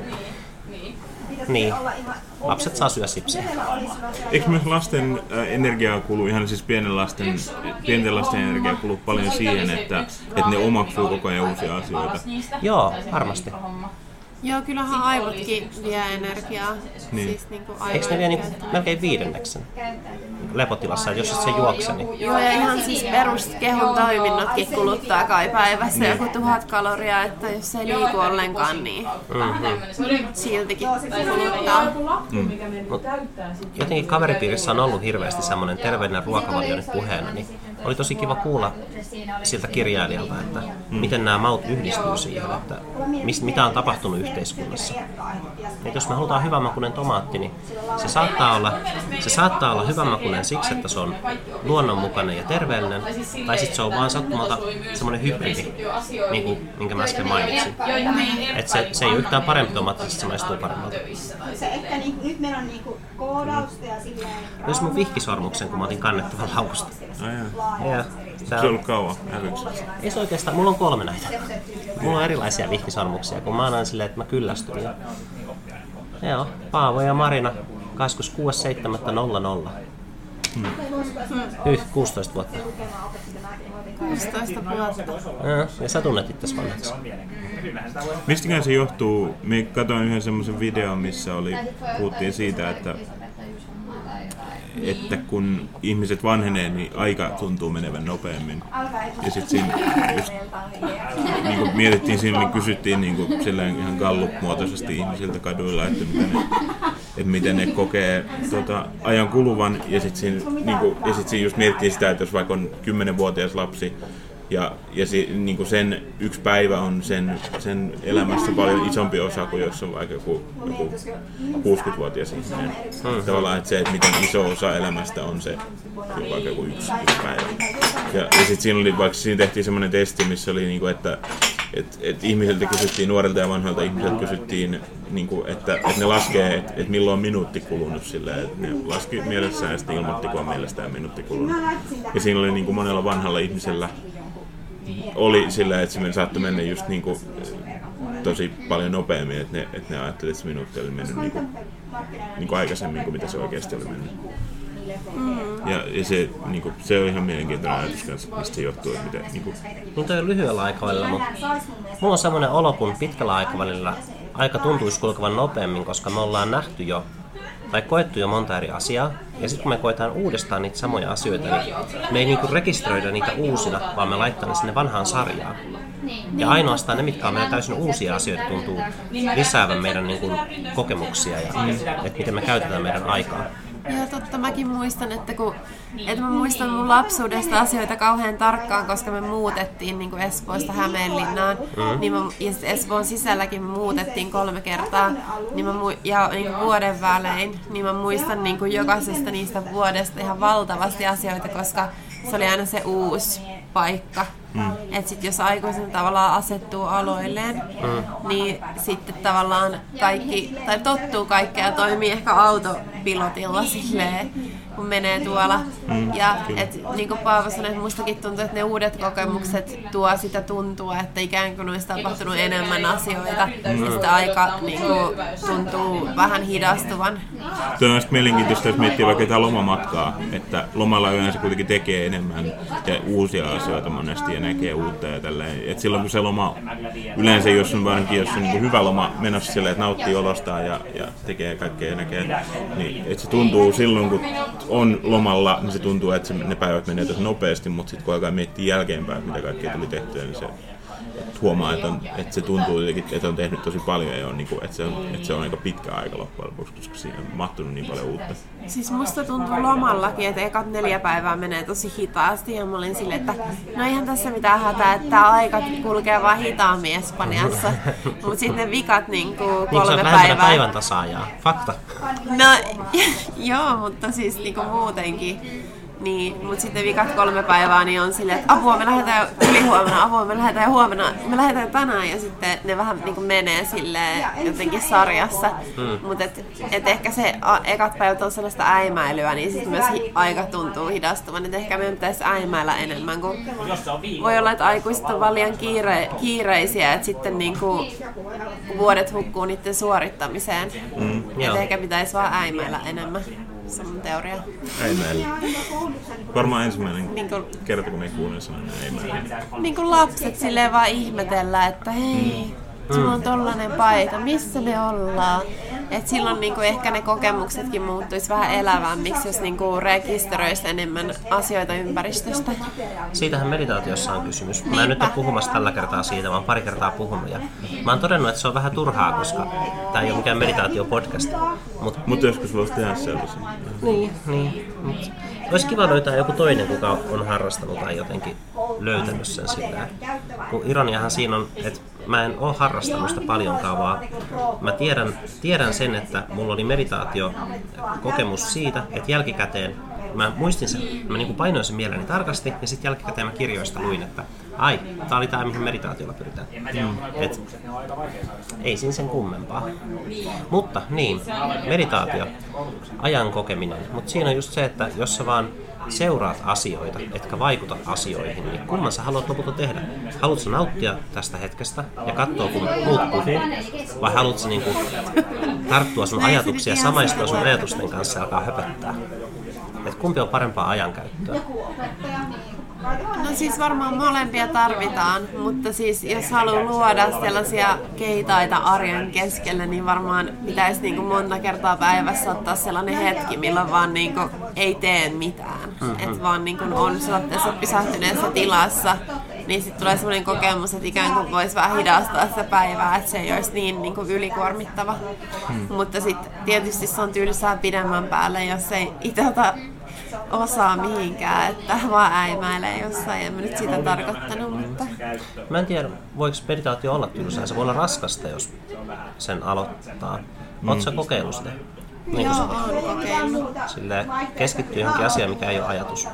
niin, lapset saa syödä sipsiä. Eikö myös lasten energiaa kulu, ihan siis pienen lasten, pienten lasten energiaa kuluu paljon siihen, että, että ne omaksuu koko ajan uusia asioita? Joo, varmasti. Joo, kyllähän aivotkin vie energiaa. Niin. Siis niinku Eikö ne vie niinku melkein viidenneksen lepotilassa, jos et se juokse? Niin... Joo, ja ihan siis peruskehon toiminnotkin kuluttaa kai päivässä niin. Joku tuhat kaloria, että jos ei liiku ollenkaan, niin mm-hmm. siltikin kuluttaa. Mm. Mut jotenkin kaveripiirissä on ollut hirveästi semmoinen terveellinen ruokavalio nyt puheena, niin oli tosi kiva kuulla siltä kirjailijalta, että mm. miten nämä maut yhdistyy siihen, että mis, mitä on tapahtunut yhteiskunnassa. Et jos me halutaan hyvänmakuinen tomaatti, niin se saattaa olla, se saattaa olla hyvänmakuinen siksi, että se on luonnonmukainen ja terveellinen, tai sitten se on vaan sattumalta semmoinen hybridi, niin kuin, minkä mä äsken mainitsin. Et se, se ei ole yhtään parempi tomaatti, se maistuu paremmalta. Nyt meillä on niinku koodausta ja silleen... Myös mun vihkisormuksen, kun mä otin kannettavan laukusta. Ja, se on ollut kauan älyksi. Ei se oikeastaan, mulla on kolme näitä. Mulla on erilaisia vihkisormuksia, kun mä annan silleen, että mä kyllästyn. Ja... Joo, Paavo ja Marina, kahdeskymmeneskuudes seitsemättä nolla nolla. Hmm. Yh, kuusitoista vuotta. kuusitoista vuotta. Ja, ja sä tunnet itses vanhaksi. Mistäkään se johtuu? Mä katsoin yhden semmoisen videon, missä oli, puhuttiin siitä, että että kun ihmiset vanhenee, niin aika tuntuu menevän nopeammin. Ja sitten siinä just, niin kuin mietittiin, siinä niin kysyttiin niin kuin ihan gallup-muotoisesti ihmisiltä kaduilla, että miten ne, että miten ne kokee tota, ajan kuluvan. Ja sitten siinä, niin kuin, ja sit siinä just mietittiin sitä, että jos vaikka on kymmenvuotias lapsi, ja, ja se, niin kuin sen yksi päivä on sen, sen elämässä paljon isompi osa kuin jos on vaikka joku, joku kuusikymmenvuotias ihminen. Hmm. Tavallaan että se, että miten iso osa elämästä on se vaikka joku yksi, yksi päivä. Ja, ja sitten siinä, oli, vaikka siinä tehtiin semmoinen testi, missä oli, niin kuin, että et, et ihmisiltä kysyttiin, nuorilta ja vanhoilta ihmisiltä kysyttiin, niin kuin, että, että ne laskee, että, että milloin on minuutti kulunut silleen, että ne laski mielessään ja sitten ilmoitti, kun on mielestään minuutti kulunut. Ja siinä oli niin kuin monella vanhalla ihmisellä oli sillä, että se saattoi mennä just niinku tosi paljon nopeammin, että ne, että ne ajattelivat, että se minuutti oli mennyt niinku, niinku aikaisemmin kuin mitä se oikeasti oli mennyt. Mm. Ja, ja se, niinku, se on ihan mielenkiintoinen ajatus kanssa, mistä se johtuu. Että miten, niinku... Niin toi on lyhyellä aikavälillä, mutta mulla on semmoinen olo, kun pitkällä aikavälillä aika tuntuisi kulkevan nopeammin, koska me ollaan nähty jo tai koettu jo monta eri asiaa, ja sitten kun me koetaan uudestaan niitä samoja asioita, niin me ei niinku rekisteröidä niitä uusina, vaan me laittaa ne sinne vanhaan sarjaan. Ja ainoastaan ne, mitkä on meidän täysin uusia asioita, tuntuu lisäävän meidän niinku kokemuksia ja mm. että miten me käytetään meidän aikaa. Joo, totta. Mäkin muistan, että kun että mä muistan mun lapsuudesta asioita kauhean tarkkaan, koska me muutettiin niin kuin Espoosta Hämeenlinnaan. Mm. Niin mä, ja Espoon sisälläkin me muutettiin kolme kertaa niin mä, ja niin kuin vuoden välein. Niin mä muistan niin kuin jokaisesta niistä vuodesta ihan valtavasti asioita, koska se oli aina se uusi paikka. Mm. Että sit jos aikuisen tavallaan asettuu aloilleen, mm. niin sitten tavallaan kaikki, tai tottuu kaikkea ja toimii ehkä autopilotilla silleen, kun menee tuolla. Mm. Ja et, niin kuin Paavo sanoi, että mustakin tuntuu, että ne uudet kokemukset tuo sitä tuntua, että ikään kuin olisi tapahtunut enemmän asioita. Mm. Ja sitä aika niin kuin, tuntuu vähän hidastuvan. Tuo on mielenkiintoista, jos miettii vaikka jotain lomamatkaa, että lomalla yleensä kuitenkin tekee enemmän ja uusia asioita monesti ja näkee uutta ja tälleen. Et silloin kun se loma, yleensä jos on varsinkin jos on niin kuin hyvä loma menossa silleen, että nauttii olostaan ja, ja tekee kaikkea ja näkee, niin että se tuntuu silloin kun on lomalla, niin se tuntuu, että se, ne päivät menee tosi nopeasti, mutta sitten kun alkaa miettiä jälkeenpäin, mitä kaikkea tuli tehtyä, niin se, huomaa, että, on, että se tuntuu jotenkin, että on tehnyt tosi paljon ja on, niin kuin, että, se on, että se on aika pitkä aika loppujen lopuksi, koska siinä on mahtunut niin paljon uutta. Siis musta tuntuu lomallakin, että ekat neljä päivää menee tosi hitaasti ja mä olin silleen, että no eihän tässä mitään hätää, että tää aika kulkee vaan hitaammin Espanjassa. Mut sitten ne vikat niinku kolme niin, se on päivää. päivän tasaajaa. Fakta. No joo, mutta siis niinku muutenkin. Niin, mut sitten vikat kolme päivää niin on silleen, että apua me lähdetään ylihuomenna, apua me lähdetään huomenna, me lähdetään tänään ja sitten ne vähän niinku menee silleen jotenkin sarjassa. Mm. Mut et, et ehkä se a, ekat päivät on sellaista äimäilyä, niin sitten myös hi, aika tuntuu hidastuvan. Et ehkä meidän pitäisi äimäillä enemmän, kun voi olla, että aikuiset on vaan liian kiire, kiireisiä, että sitten niinku vuodet hukkuu niiden suorittamiseen. Mm. Et ehkä pitäisi vaan äimäillä enemmän. Se on mun teoria. Äimäillä. Varmaan ensimmäinen niin kuin, kerta, kun me kuulen sanan äimäillä. Niin kuin lapset silleen vaan ihmetellä, että hei, mm. sulla on tollanen paita, missä me ollaan? Et silloin niinku ehkä ne kokemuksetkin muuttuisi vähän elävämmiksi, jos niinku rekisteröisi enemmän asioita ympäristöstä. Siitähän meditaatiossa on kysymys. Mä en nyt ole puhumassa tällä kertaa siitä, mä oon pari kertaa puhunut. Ja mä oon todennut, että se on vähän turhaa, koska tää ei ole mikään meditaatiopodcast. Mutta Mut joskus voisi tehdä sellaisen. Niin, niin. Mut olisi kiva löytää joku toinen, kuka on harrastanut tai jotenkin löytänyt sen sillä. Kun ironiahan siinä on, että mä en ole harrastanut sitä paljonkaan, vaan mä tiedän, tiedän sen, että mulla oli meditaatio-kokemus siitä, että jälkikäteen mä muistin sen, mä niin kuin painoin sen mieleni tarkasti ja sitten jälkikäteen mä kirjoista luin, että ai, tää oli tää, mihin meditaatiolla pyritään. Mm. Et, ei siinä sen kummempaa. Mutta niin, meditaatio, ajan kokeminen, mutta siinä on just se, että jos sä vaan seuraat asioita, etkä vaikuta asioihin, niin kumman sä haluat lopulta tehdä? Haluatko nauttia tästä hetkestä ja katsoa, kun muut puhuu? Vai haluatko niinku tarttua sun ajatuksia, samaistua sun ajatusten kanssa ja alkaa höpöttää? Et kumpi on parempaa ajankäyttöä? No siis varmaan molempia tarvitaan, mutta siis jos haluaa luoda sellaisia keitaita arjen keskelle, niin varmaan pitäisi niinku monta kertaa päivässä ottaa sellainen hetki, milloin vaan niinku ei tee mitään. Mm-hmm. Että vaan niinku on sellaisessa pysähtyneessä tilassa, niin sitten tulee sellainen kokemus, että ikään kuin voisi vähän hidastaa sitä päivää, että se ei olisi niin niinku ylikuormittava. Mm. Mutta sitten tietysti se on tylsää pidemmän päälle, jos ei itse ota osaa mihinkään, että vaan äimäilee jossain, en mä nyt sitä tarkoittanut, mutta... Mä en tiedä, voiko meditaatio olla tylsää, se voi olla raskasta, jos sen aloittaa. Mm. Ootko sä kokeillut sitä? Niin joo, oon kokeillut. Silleen keskittyy johonkin asiaan, mikä ei ole ajatus.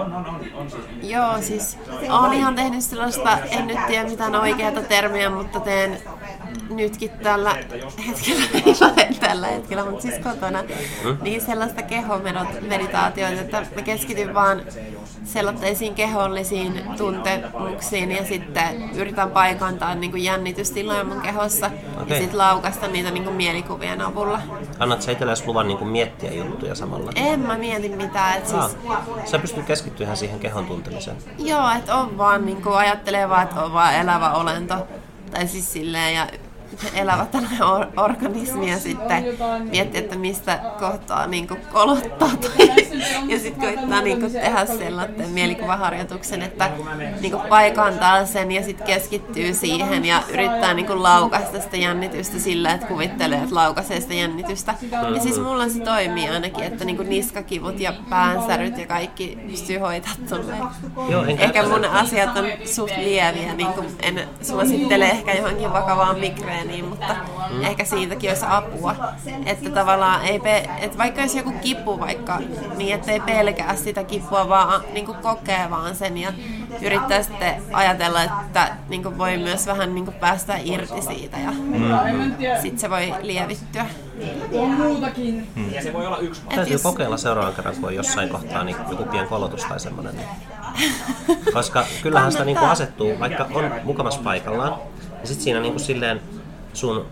Joo, siis oon ihan tehnyt sellaista, en nyt tiedä mitään oikeata termiä, mutta teen nytkin tällä hetkellä, ei tällä hetkellä, mutta siis kotona, hmm? niin sellaista kehomeditaatioita, että mä keskityn vaan sellaisiin kehollisiin tuntemuksiin ja sitten yritän paikantaa niin kuin jännitystiloja mun kehossa okay. ja sitten laukaista niitä niin kuin mielikuvien avulla. Annat sä itsellesi luvan niin kuin miettiä juttuja samalla? En mä mieti mitään. Et siis... Sä pystyt keskittymään siihen kehon tuntemiseen? Joo, että on vaan, niin kuin ajattelee vaan, että on vaan elävä olento. Tai siis silleen, ja elävä tällainen or- organismi ja sitten miettiä, että mistä kohtaa niin kuin kolottaa toi. Ja sitten koittaa niin kuin tehdä sellaisen mielikuvaharjoituksen, että niin kuin paikantaa sen ja sitten keskittyy siihen ja yrittää niin kuin laukaista sitä jännitystä sillä, että kuvittelee, että laukaisee sitä jännitystä. Ja siis mulla se toimii ainakin, että niin kuin niskakivut ja päänsäryt ja kaikki pystyy hoitamaan tulleen. Ehkä mun asiat on suht lieviä, niin kuin en suosittele ehkä johonkin vakavaan migreeniin. Mutta mm. ehkä siitäkin olisi apua, että tavallaan ei pe- että vaikka olisi joku kipu vaikka, niin ettei pelkää sitä kipua, vaan niin kuin kokee vaan sen ja yrittää sitten ajatella, että niin kuin voi myös vähän niin kuin päästä irti siitä ja mm. sitten se voi lievittyä. On muutakin. Mm. Ja se voi olla yksi. Täytyy jos... kokeilla seuraavan kerran, kun on jossain kohtaa niin joku pien kolotus tai semmoinen. Koska kyllähän sitä niin kuin asettuu, vaikka on mukavassa paikallaan, ja sitten siinä niin kuin silleen sun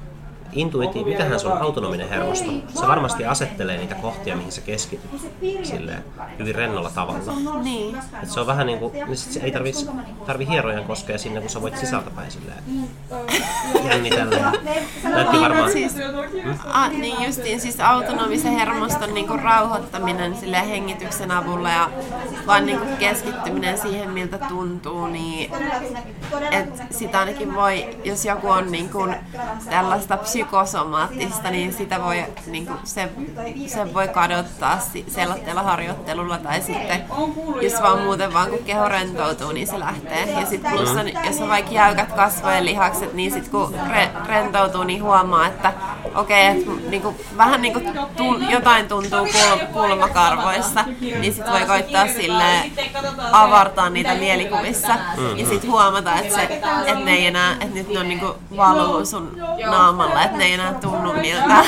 intuitiivinen, mitähän se on autonominen hermosto. Se varmasti asettelee niitä kohtia, mihin sä keskityt silleen hyvin rennolla tavalla. Niin. Et se on vähän niinku, niin sit se ei tarvi, tarvi hierojan koskea sinne, kun sä voit sisältäpäin silleen jännitellä. Näytti varmaan... Siis, a, niin justiin, siis autonomisen hermoston niinku rauhoittaminen silleen hengityksen avulla ja vaan niinku keskittyminen siihen, miltä tuntuu, niin et sitä ainakin voi, jos joku on niinku tällaista psykosomaattista, niin sitä voi, niinku, se, se voi kadottaa sellaisella harjoittelulla tai sitten jos vaan muuten vaan kun keho rentoutuu, niin se lähtee. Ja sitten kun on, jos on vaikka jäykät kasvojen lihakset, niin sitten kun re, rentoutuu, niin huomaa, että okei, okay, että niinku, vähän niinku tun, jotain tuntuu kul, kulmakarvoissa, niin sitten voi koittaa silleen avartaa niitä mielikuvissa ja sitten huomata, että, se, että ne ei enää, että nyt ne on niinku valuu sun naamalla, että ne ei enää tunnu miltään.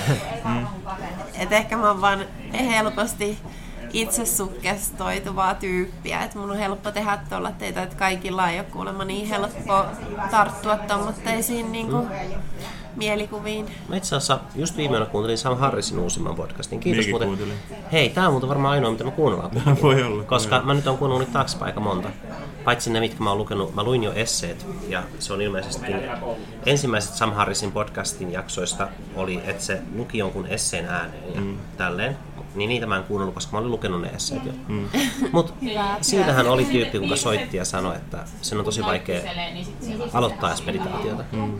Et ehkä mä oon vaan helposti itse sukkestoituvaa tyyppiä, että mun on helppo tehdä tuolla teitä, että kaikilla ei ole kuulemma niin helppo tarttua tommoitteisiin niinku mielikuviin. Mä itse asiassa just viime yönä kuuntelin Sam Harrisin uusimman podcastin. Kiitos Minäkin muuten. kuuntelin. Hei, tää on muuten varmaan ainoa, mitä mä kuunnellaan. Voi olla. Koska mä nyt oon kuunnellut niitä taaksepäin aika monta. Paitsi ne, mitkä mä oon lukenut. Mä luin jo esseet ja se on ilmeisesti ensimmäiset Sam Harrisin podcastin jaksoista oli, että se luki jonkun esseen ääneen ja mm. tälleen. Niin niitä mä en kuunnellut, koska mä olin lukenut ne esseet jo. Mm. Mut siinähän oli tyyppi, kuka soitti ja sanoi, että sen on tosi vaikea aloittaa edes meditaatiota. Mm.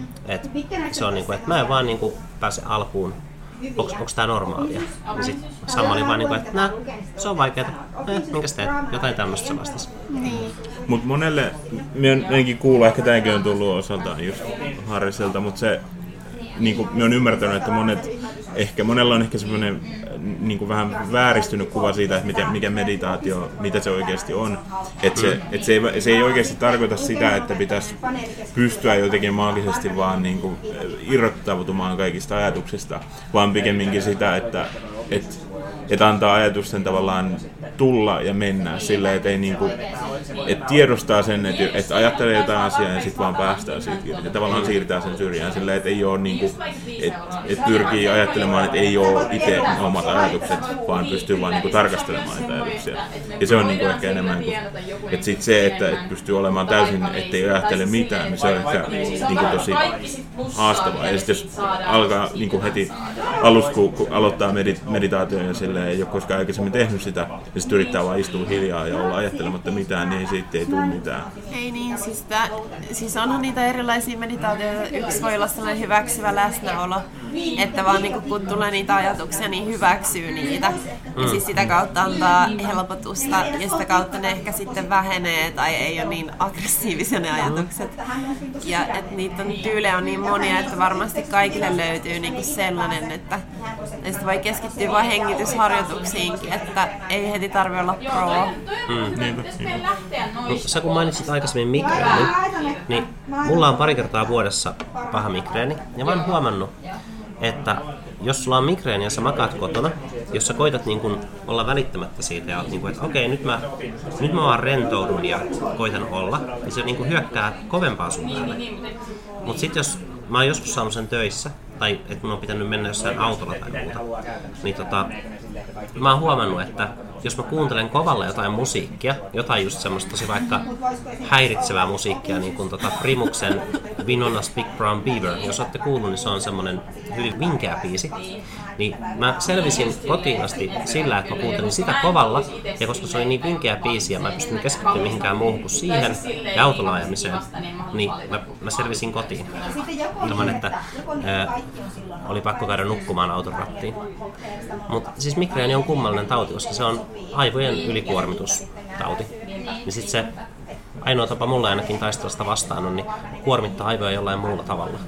Et se on niinku, että mä en vaan niinku pääse alkuun. Onks, onks tää normaalia? Ja sit Sam oli vaan niinku, että nää, se on vaikeeta. Eh, minkäs teet? Jotain tämmöstä se vastasi. Niin. Mut monelle, minäkin kuullut, ehkä tämäkin on tullut osaltaan just Harriselta, mutta se niinku, minä olen ymmärtänyt, että monet, ehkä monella on ehkä semmoinen niin kuin vähän vääristynyt kuva siitä, että mikä, mikä meditaatio, mitä se oikeasti on. Että se, et se, ei, se ei oikeasti tarkoita sitä, että pitäisi pystyä jotenkin maagisesti vaan niin kuin irrottautumaan kaikista ajatuksista, vaan pikemminkin sitä, että et, et antaa ajatusten tavallaan tulla ja mennä silleen, että ei niinku, et tiedostaa sen, että et ajattelee jotain asiaa ja sitten vaan päästään siitä irti. Ja tavallaan siirtää sen syrjään silleen, että ei ole niinku, et, et pyrkii ajattelemaan, että ei ole itse omat ajatukset, vaan pystyy vaan niinku tarkastelemaan niitä ajatuksia. Ja se on niinku ehkä enemmän kuin, että sit se, että et pystyy olemaan täysin, ettei ajattele mitään, niin se on ehkä niinku tosi haastavaa. Ja sitten jos alkaa niinku heti alussa, kun, kun aloittaa meditaation ja silleen, ei ole koskaan aikaisemmin tehnyt sitä, ja sitten yrittää vaan istua hiljaa ja olla ajattelematta mitään, niin siitä ei tule mitään. Ei niin, siis, tää, siis onhan niitä erilaisia meditaatioita. Yksi voi olla sellainen hyväksyvä läsnäolo, että vaan niin kun tulee niitä ajatuksia, niin hyväksyy niitä. Ja siis sitä kautta antaa helpotusta, ja sitä kautta ne ehkä sitten vähenee, tai ei ole niin aggressiivisia ne ajatukset. Ja että niitä on, tyylejä on niin monia, että varmasti kaikille löytyy niin sellainen, että sitä voi keskittyä vain hengitysharjoituksiinkin, että ei heti tarvitse olla pro. Mm. Niinpä, niinpä. No, sä kun mainitsit aikaisemmin migreenin, niin mulla on pari kertaa vuodessa paha migreeni, ja mä oon huomannut, että jos sulla on migreeni ja sä makaat kotona, jos sä koitat niin kun olla välittämättä siitä ja niin kun, että okei, nyt mä, nyt mä vaan rentoudun ja koitan olla, niin se niin kun hyökkää kovempaa sun päälle. Mut sit jos mä oon joskus saanut sen töissä, tai että mun on pitänyt mennä jossain autolla tai muuta, niin tota, mä oon huomannut, että jos mä kuuntelen kovalla jotain musiikkia, jotain just semmoista tosi vaikka häiritsevää musiikkia, niin kuin tota Primuksen Winona's Big Brown Beaver, jos olette kuullut, niin se on semmoinen hyvin vinkeä biisi, niin mä selvisin kotiin asti sillä, että mä kuuntelin sitä kovalla, ja koska se oli niin vinkeä biisi ja mä en pystynyt keskittymään mihinkään muuhun kuin siihen ja autolla ajamiseen, niin mä, mä selvisin kotiin ilman, että ää, oli pakko käydä nukkumaan auton rattiin. Mutta siis migreeni on kummallinen tauti, koska se on aivojen ylikuormitustauti. Niin sit se ainoa tapa mulle ainakin taistella sitä vastaan on niin kuormittaa aivoja jollain muulla tavalla.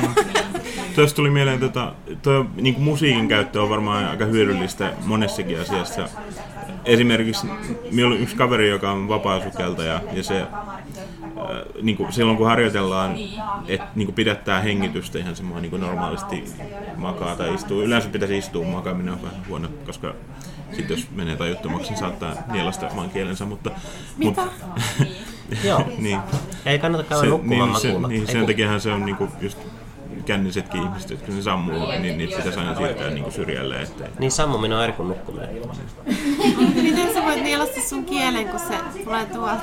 Tuosta tuli mieleen, tota, toi, niin musiikin käyttö on varmaan aika hyödyllistä monessakin asiassa. Esimerkiksi minulla on yksi kaveri, joka on vapaasukeltaja, ja se äh, niin kuin silloin kun harjoitellaan, että niin pidättää hengitystä ihan semmoinen niin kuin normaalisti makaa tai istuu. Yleensä pitäisi istua, makaaminen on vähän huono, koska sitten jos menee tajuttomaksi, niin saattaa nielasta oman kielensä, mutta... Mitä? Mut, Joo, niin. ei kannata käydä nukkumaan niin, se, makuulla. Niin, sen takiahan se on niinku just kännisetkin ihmiset, jotka ne sammuu, niin niitä pitäisi aina siirtää niin kuin syrjälle eteen. Niin sammuminen on eri kuin nukkuminen. Miten sä voit nielasta sun kielen, kun se tulee tuolta?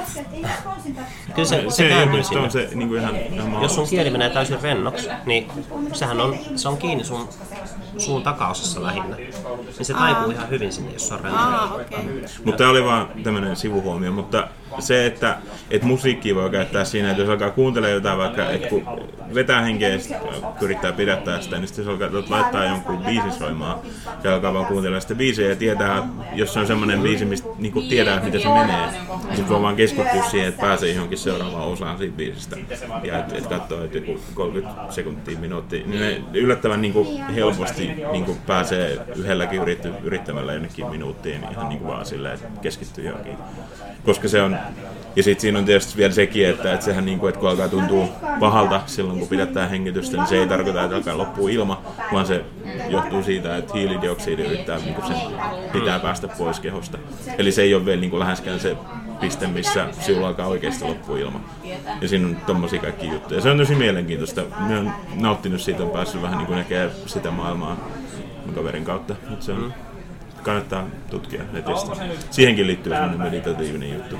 Kyllä se, se, se kääntyy on sinne. se niin kuin ihan, ihan Jos sun kieli menee täysin rennoksi, niin sehän on, se on kiinni sun suun takaosassa lähinnä. Niin se taipuu ihan hyvin sinne, jos se on renno. Ah, okei. Okay. Mutta tämä oli vaan tämmöinen sivuhuomio, mutta se, että et musiikkia voi käyttää siinä, että jos alkaa kuuntelemaan jotain vaikka, että kun vetää henkeä ja yrittää pidättää sitä, niin sitten jos alkaa laittaa jonkun biisin soimaan ja alkaa vaan kuuntelemaan sitä biisiä ja tietää, jos se on semmoinen biisi, mistä niinku tiedää, miten se menee, niin sitten voi vaan keskittyä siihen, että pääsee johonkin seuraavaan osaan siitä biisistä ja että et katsoo, että joku kolmekymmentä sekuntia, minuuttia, niin ne yllättävän niinku helposti niinku pääsee yhdelläkin yritty, yrittämällä jonnekin minuuttiin ihan niinku vaan silleen, että keskittyy johonkin. Koska se on, ja sitten siinä on tietysti vielä sekin, että, että sehän niinku, että kun alkaa tuntua pahalta silloin kun pidättää hengitystä, niin se ei tarkoita, että alkaa loppua ilma, vaan se johtuu siitä, että hiilidioksidi yrittää niinku sen pitää päästä pois kehosta. Eli se ei ole vielä niinku läheskään se piste, missä sinulla alkaa oikeasti loppua ilma. Ja siinä on tommosia kaikkia juttuja. Se on tosi mielenkiintoista. Mä oon nauttinut siitä, on päässyt vähän niinku näkemään sitä maailmaa mun kaverin kautta. Mut se on, kannattaa tutkia netistä. Siihenkin liittyy sellainen meditatiivinen juttu.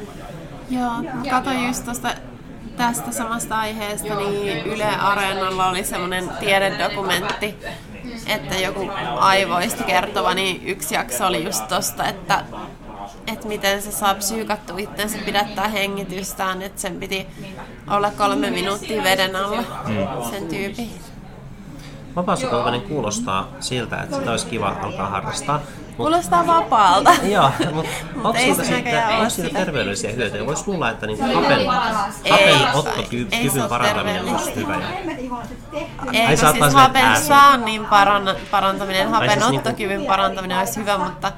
Joo, katsoin just tosta, tästä samasta aiheesta, niin Yle Areenalla oli semmoinen tiededokumentti, että joku aivoista kertova, niin yksi jakso oli just tosta, että, että miten se saa psyykattua itsensä pidättää hengitystään, että sen piti olla kolme minuuttia veden alla, sen tyypin. Vapaasukeltaminen kuulostaa siltä, että sitä olisi kiva alkaa harrastaa. Kuulostaa vapaalta. Joo, mutta onko ei siitä, se sitten, näköjään onko ole siitä sitä. terveydellisiä hyötyjä? Voisi luulla, että niin hapen, Ei, hapenottokyvyn ei se ole parantaminen olisi hyvä. Ei, Ai, sä oot siis vaan hapen silleen, saannin paran- parantaminen, siis hapenottokyvyn niinku- parantaminen olisi hyvä, mutta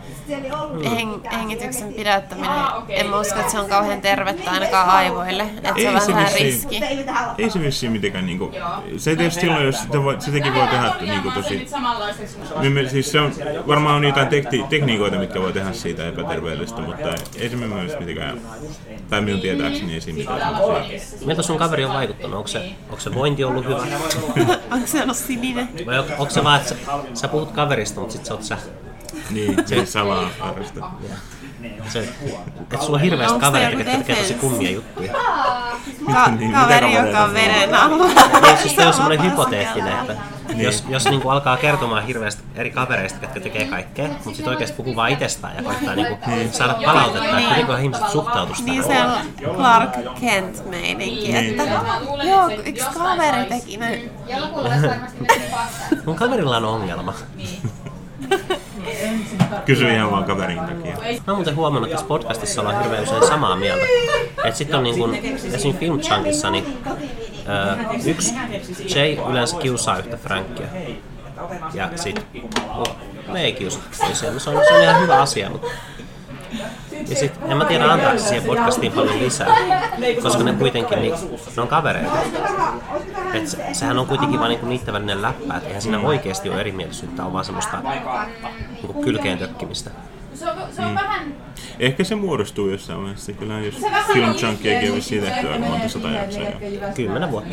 heng- hengityksen pidättäminen, en mä usko, että se on kauhean tervettä ainakaan aivoille, että se on Ei se vähän vissiin. riski. Ei se vissiin mitenkään niinku, se tietysti silloin, jos sitä voi, sitäkin voi tehdä niinku tosi, me, siis se on, varmaan on jotain tekti, tekniikoita, mitkä voi tehdä siitä epäterveellistä, mutta ei se minun mielestä mitenkään, tai minun tietääkseni ei siinä mitään semmoisia. Miltä sun kaveri on vaikuttanut? Onko se, onko se vointi ollut hyvä? Onko se ollut sininen? Vai on- onko se vaan, että sä, sä puhut kaverista, mutta sit sä oot sä? Niin, se salaa harrasta. Se, että sulla on hirveästi Onko se kavereita, joku jotka tekee tosi defense? kummia juttuja. Ka- Niin, mitä kaveri, kavereita joka on sulla on? veden alla. Niin, siis toi on semmoinen hypoteettinen, että Niin. jos, jos niinku alkaa kertomaan hirveästi eri kavereista, jotka tekee kaikkea, mutta sitten oikeasti puhuu vaan itsestään ja koittaa niinku saada palautetta, että miten ihmiset suhtautuisi Niin tähän. se on Clark Kent meininki, että joo, yksi kaveri teki ne. Mun kaverilla on ongelma. Kysy ihan vaan kaverin takia. Mä oon muuten huomannut, että tässä podcastissa ollaan hirveän usein samaa mieltä. Et sit on niin kun, esim. Film Chunkissa, niin ö, yksi Jay yleensä kiusaa yhtä Frankia. Ja sit oh, me ei kiusaa toisiaan. Se on, se on ihan hyvä asia, mutta... Ja sit, en mä tiedä antaako se siihen podcastiin paljon lisää, koska ne kuitenkin, niin, ne on kavereita. Et se, sehän on kuitenkin vaan niinku niiden välinen läppä, et eihän siinä oikeesti ole erimielisyyttä, on vaan semmoista niinku kylkeen tökkimistä. Ehkä se muodostuu jossain vaiheessa. Kyllä jos Film Chunkia ei vissiin tehty aika monta sata jaksoa. Kymmenen vuotta.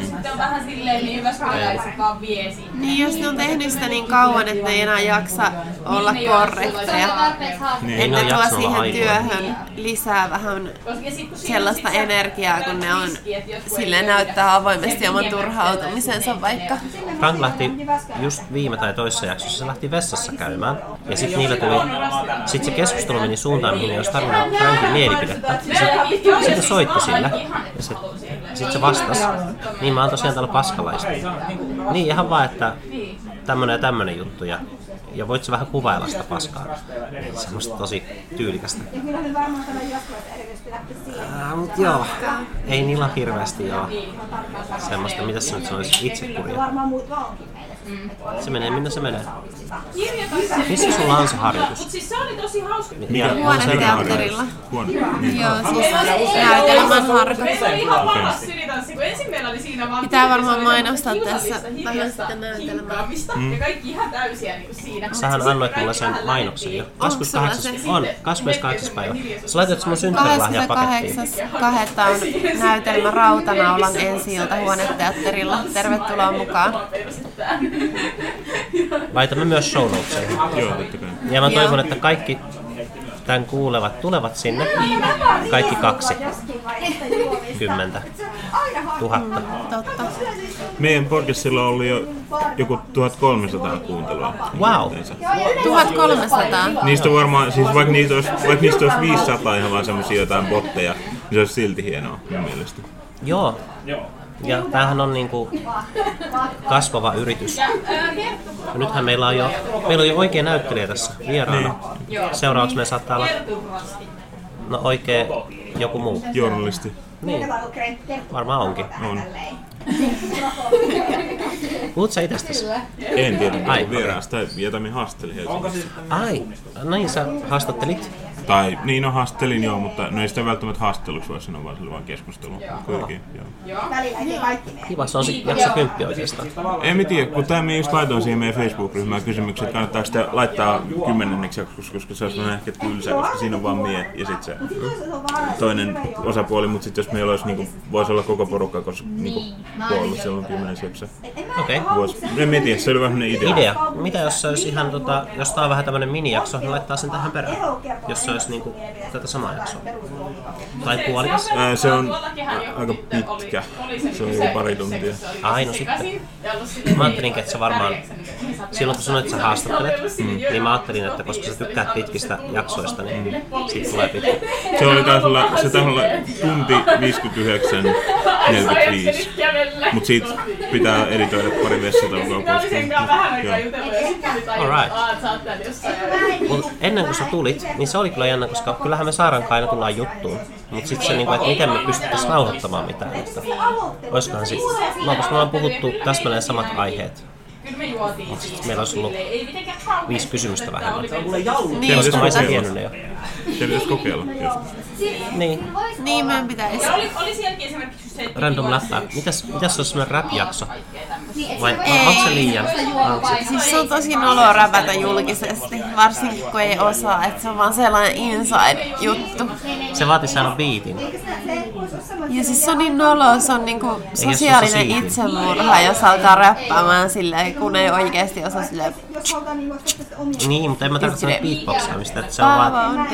Niin jos ne on tehnyt sitä niin kauan, että ne ei enää jaksa olla korrekteja. Niin. Ei ne Että ole tuo jaksanut siihen aivoihin. työhön lisää vähän sellaista energiaa, kun ne on silleen näyttää avoimesti oman turhautumisensa vaikka. Frank lähti just viime tai toisessa jaksossa, se lähti vessassa käymään. Ja sitten niillä tuli, sit se keskustelu meni suuntaan, mihin ei olisi tarvinnut Frankin mielipidettä. Ja sitten sit se soitti sille. Ja sitten sit se vastasi. Niin mä oon tosiaan täällä paskalla istunut. Niin ihan vaan, että tämmönen ja tämmönen juttu. Ja, ja voit sä vähän kuvailla sitä paskaa. Semmosta tosi tyylikästä. Äh, mut joo, ei niillä ole hirveästi joo. Semmosta, mitä sä nyt sanoisit, itsekuria. Se menee minne se menee. Missä sulla on se harjoitus? Siis se oli tosi hauska. Ja Huoneteatterilla. Huone. Niin. Joo, siis näytelmän harkot. Se oli ihan paras sylitanssi, kun ensin meillä oli siinä vaan... Pitää varmaan mainostaa tässä vähän sitä näytelmää. Ja kaikki ihan täysiä niin siinä. Sähän annoit mulle sen mainoksen jo. kahdeskymmeneskahdeksas on, kahdeskymmeneskahdeksas päivä. Sä laitat mun synttärilahjaa pakettiin. kahdeksas toista on näytelmä Rautanaulan ensi-ilta Huoneteatterilla. Tervetuloa mukaan. Laitamme myös show notesiin. Joo, totta kai. Ja mä toivon, että kaikki tämän kuulevat tulevat sinne. Kaikki kaksi. Kymmentä. Tuhatta. Totta. Meidän podcastilla oli jo joku tuhatkolmesataa kuuntelua. Wow. tuhatkolmesataa. Niistä varmaan, siis vaikka niistä olisi, vaikka niistä olisi viisisataa ihan vaan semmosia jotain botteja, niin se olisi silti hienoa mun mielestä. Joo. Ja tämähän on niinku kasvava yritys. Ja nythän meillä on jo, meillä on jo oikea näyttelijä tässä vieraana. Seuraavaksi me saattaa olla no oikea joku muu. Journalisti. Niin, varmaan onkin. On. Puhut sä itsestäsi? En tiedä, Ai, vieraasta, jota me haastelin Helsingissä. Ai, niin sä haastattelit? Tai niin, no haastelin joo, mutta no ei sitä välttämättä haastatteluksi voi sanoa, vaan se oli vaan keskustelua. Kuitenkin, joo. Kiva, se on sit jakso kymppi oikeastaan. En mä tiedä, kun tämä me just laitoin siihen meidän Facebook-ryhmään kysymyksen, että kannattaako sitä laittaa kymmenenneksi jaksoksi, koska se olisi ehkä tylsä, koska siinä on vaan mie ja sit se toinen osapuoli, mutta sit jos meillä olisi, niinku, voisi olla koko porukka, koska niinku, puolella silloin kymmenes jakso. Okei. Okay. En mä tiedä, se oli vähän idea. Idea. Mitä jos se olisi ihan, tota, jos tää on vähän tämmönen minijakso, niin laittaa sen tähän perään. Jos se olisi niinku tätä samaa jaksoa. Tai puolikas. Ää, se on aika pitkä. Se on joku pari tuntia. Ai no sitten. Mä ajattelin, että sä varmaan, silloin kun sanoit, että sä haastattelet, mm. niin mä ajattelin, että koska sä tykkäät pitkistä jaksoista, niin mm. siitä tulee pitkä. Se oli taas olla, se taisi olla tunti viisikymmentäyhdeksän neljäkymmentäviisi. Mut siitä pitää editoida pari vessataukoa pois. Alright. Mut ennen kuin sä tulit, niin se oli kyllä jännä, koska kyllähän me Saaran aina tullaan juttuun. Mut sit se, että miten me pystyttäis nauhoittamaan mitään. Että oiskohan sit, no koska me ollaan puhuttu täsmälleen samat aiheet. Mut sit meillä olisi ollut viisi kysymystä vähemmän. Niin, koska mä olisin tiennyt ne jo. Se pitäisi kokeilla joskus. Niin. Niin meidän pitäisi. Random läppää. Mitäs, mitäs se olisi semmoinen rap-jakso? Vai onko se liian? Siis se on tosi noloa räpätä julkisesti, varsinkin kun ei osaa, että se on vaan sellainen inside-juttu. Se vaatisi aina beatin. Ja siis se on niin noloa, se on niinku sosiaalinen itsemurha, jos alkaa räppäämään silleen, kun ei oikeesti osaa silleen. Niin, mutta en mä tarkoita sanoa beatboxaamista, että se on vaan...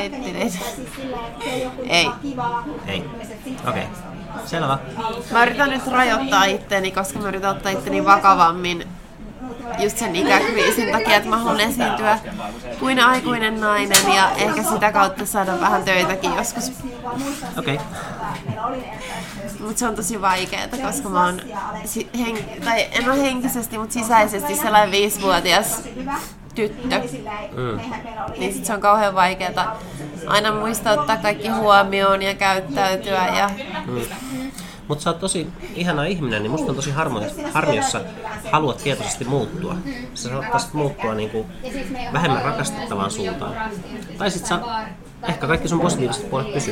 Ei. Ei. Okei. Okay. Selvä. Mä yritän nyt rajoittaa itteni, koska mä yritän ottaa itteni vakavammin just sen ikäkriisin takia, että mä haluan esiintyä kuin aikuinen nainen ja ehkä sitä kautta saada vähän töitäkin joskus. Okei. Okay. Mut se on tosi vaikeeta, koska mä oon, hen- tai en ole henkisesti, mutta sisäisesti sellainen viisivuotias tyttö. Mm. Niin sit se on kauhean vaikeeta aina muistaa ottaa kaikki huomioon ja käyttäytyä. Ja... Mm. Mutta sä oot tosi ihana ihminen, niin musta on tosi harmi, harmi jos sä haluat tietoisesti muuttua. Sä saattaisit muuttua niinku vähemmän rakastettavaan suuntaan. Tai sit sä, ehkä kaikki sun positiiviset puolet pysyy.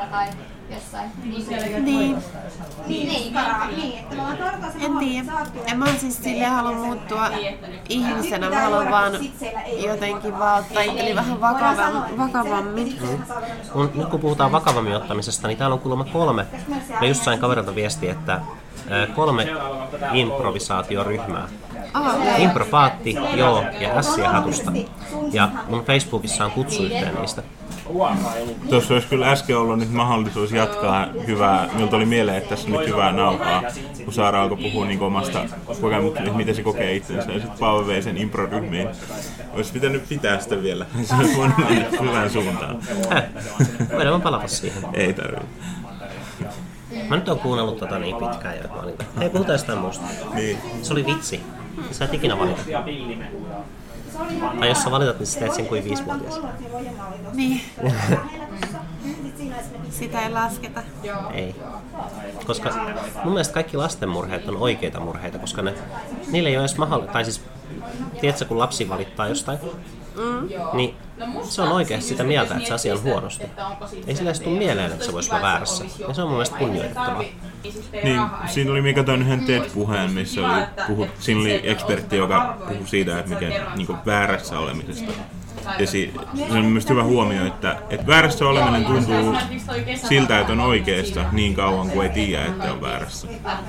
Niin. En tiedä. En mä siis silleen halua muuttua ihmisenä, mä haluan vaan jotenkin vaan ottaa itseni vähän vakavam, vakavammin. Mm. Nyt kun puhutaan vakavammin ottamisesta, niin täällä on kuulemma kolme. Mä just sain kaverilta viestiä, että kolme improvisaatioryhmää. Oh, Impropaatti, joo ja ässiä hatusta. Ja mun Facebookissa on kutsu yhteen niistä. Tuossa olisi kyllä äsken ollut nyt mahdollisuus jatkaa hyvää, miltä oli mieleen, että tässä on nyt hyvää nauhaa, kun Saara alkoi puhua niin omasta kokemuksesta, miten se kokee itsensä, ja sitten Paavo vei sen impro-ryhmiin. Olisi pitänyt pitää sitä vielä, se olisi voinut mennä hyvään suuntaan. Häh? Voidaan palata siihen. Ei tarvitse. Mä nyt oon kuunnellut tota niin pitkään jo, että mä hei, puhutaan jostain muusta. Niin. Se oli vitsi. Sä et ikinä valita. Tai jos sä valitat, niin sä teet sen kuin viisivuotias. niin. Sitä ei lasketa. Ei. Koska mun mielestä kaikki lastenmurheet on oikeita murheita, koska ne, niillä ei ole edes mahdollista, tai siis tiedätkö, kun lapsi valittaa jostain, mm. niin se on oikeasti sitä mieltä, että se asia on huonosti. Ei sillä edes tule mieleen, että se voisi olla väärässä. Ja se on mun mielestä kunnioitettavaa. Niin, siinä oli mikä toinen yhden T E D-puheen, missä oli puhut, siinä oli ekspertti, joka puhui siitä, että mikä niin kuin väärässä olemisesta. Ja si- se on myös hyvä huomio, että, että väärässä oleminen tuntuu siltä, että on oikeassa niin kauan kuin ei tiedä, että on väärässä.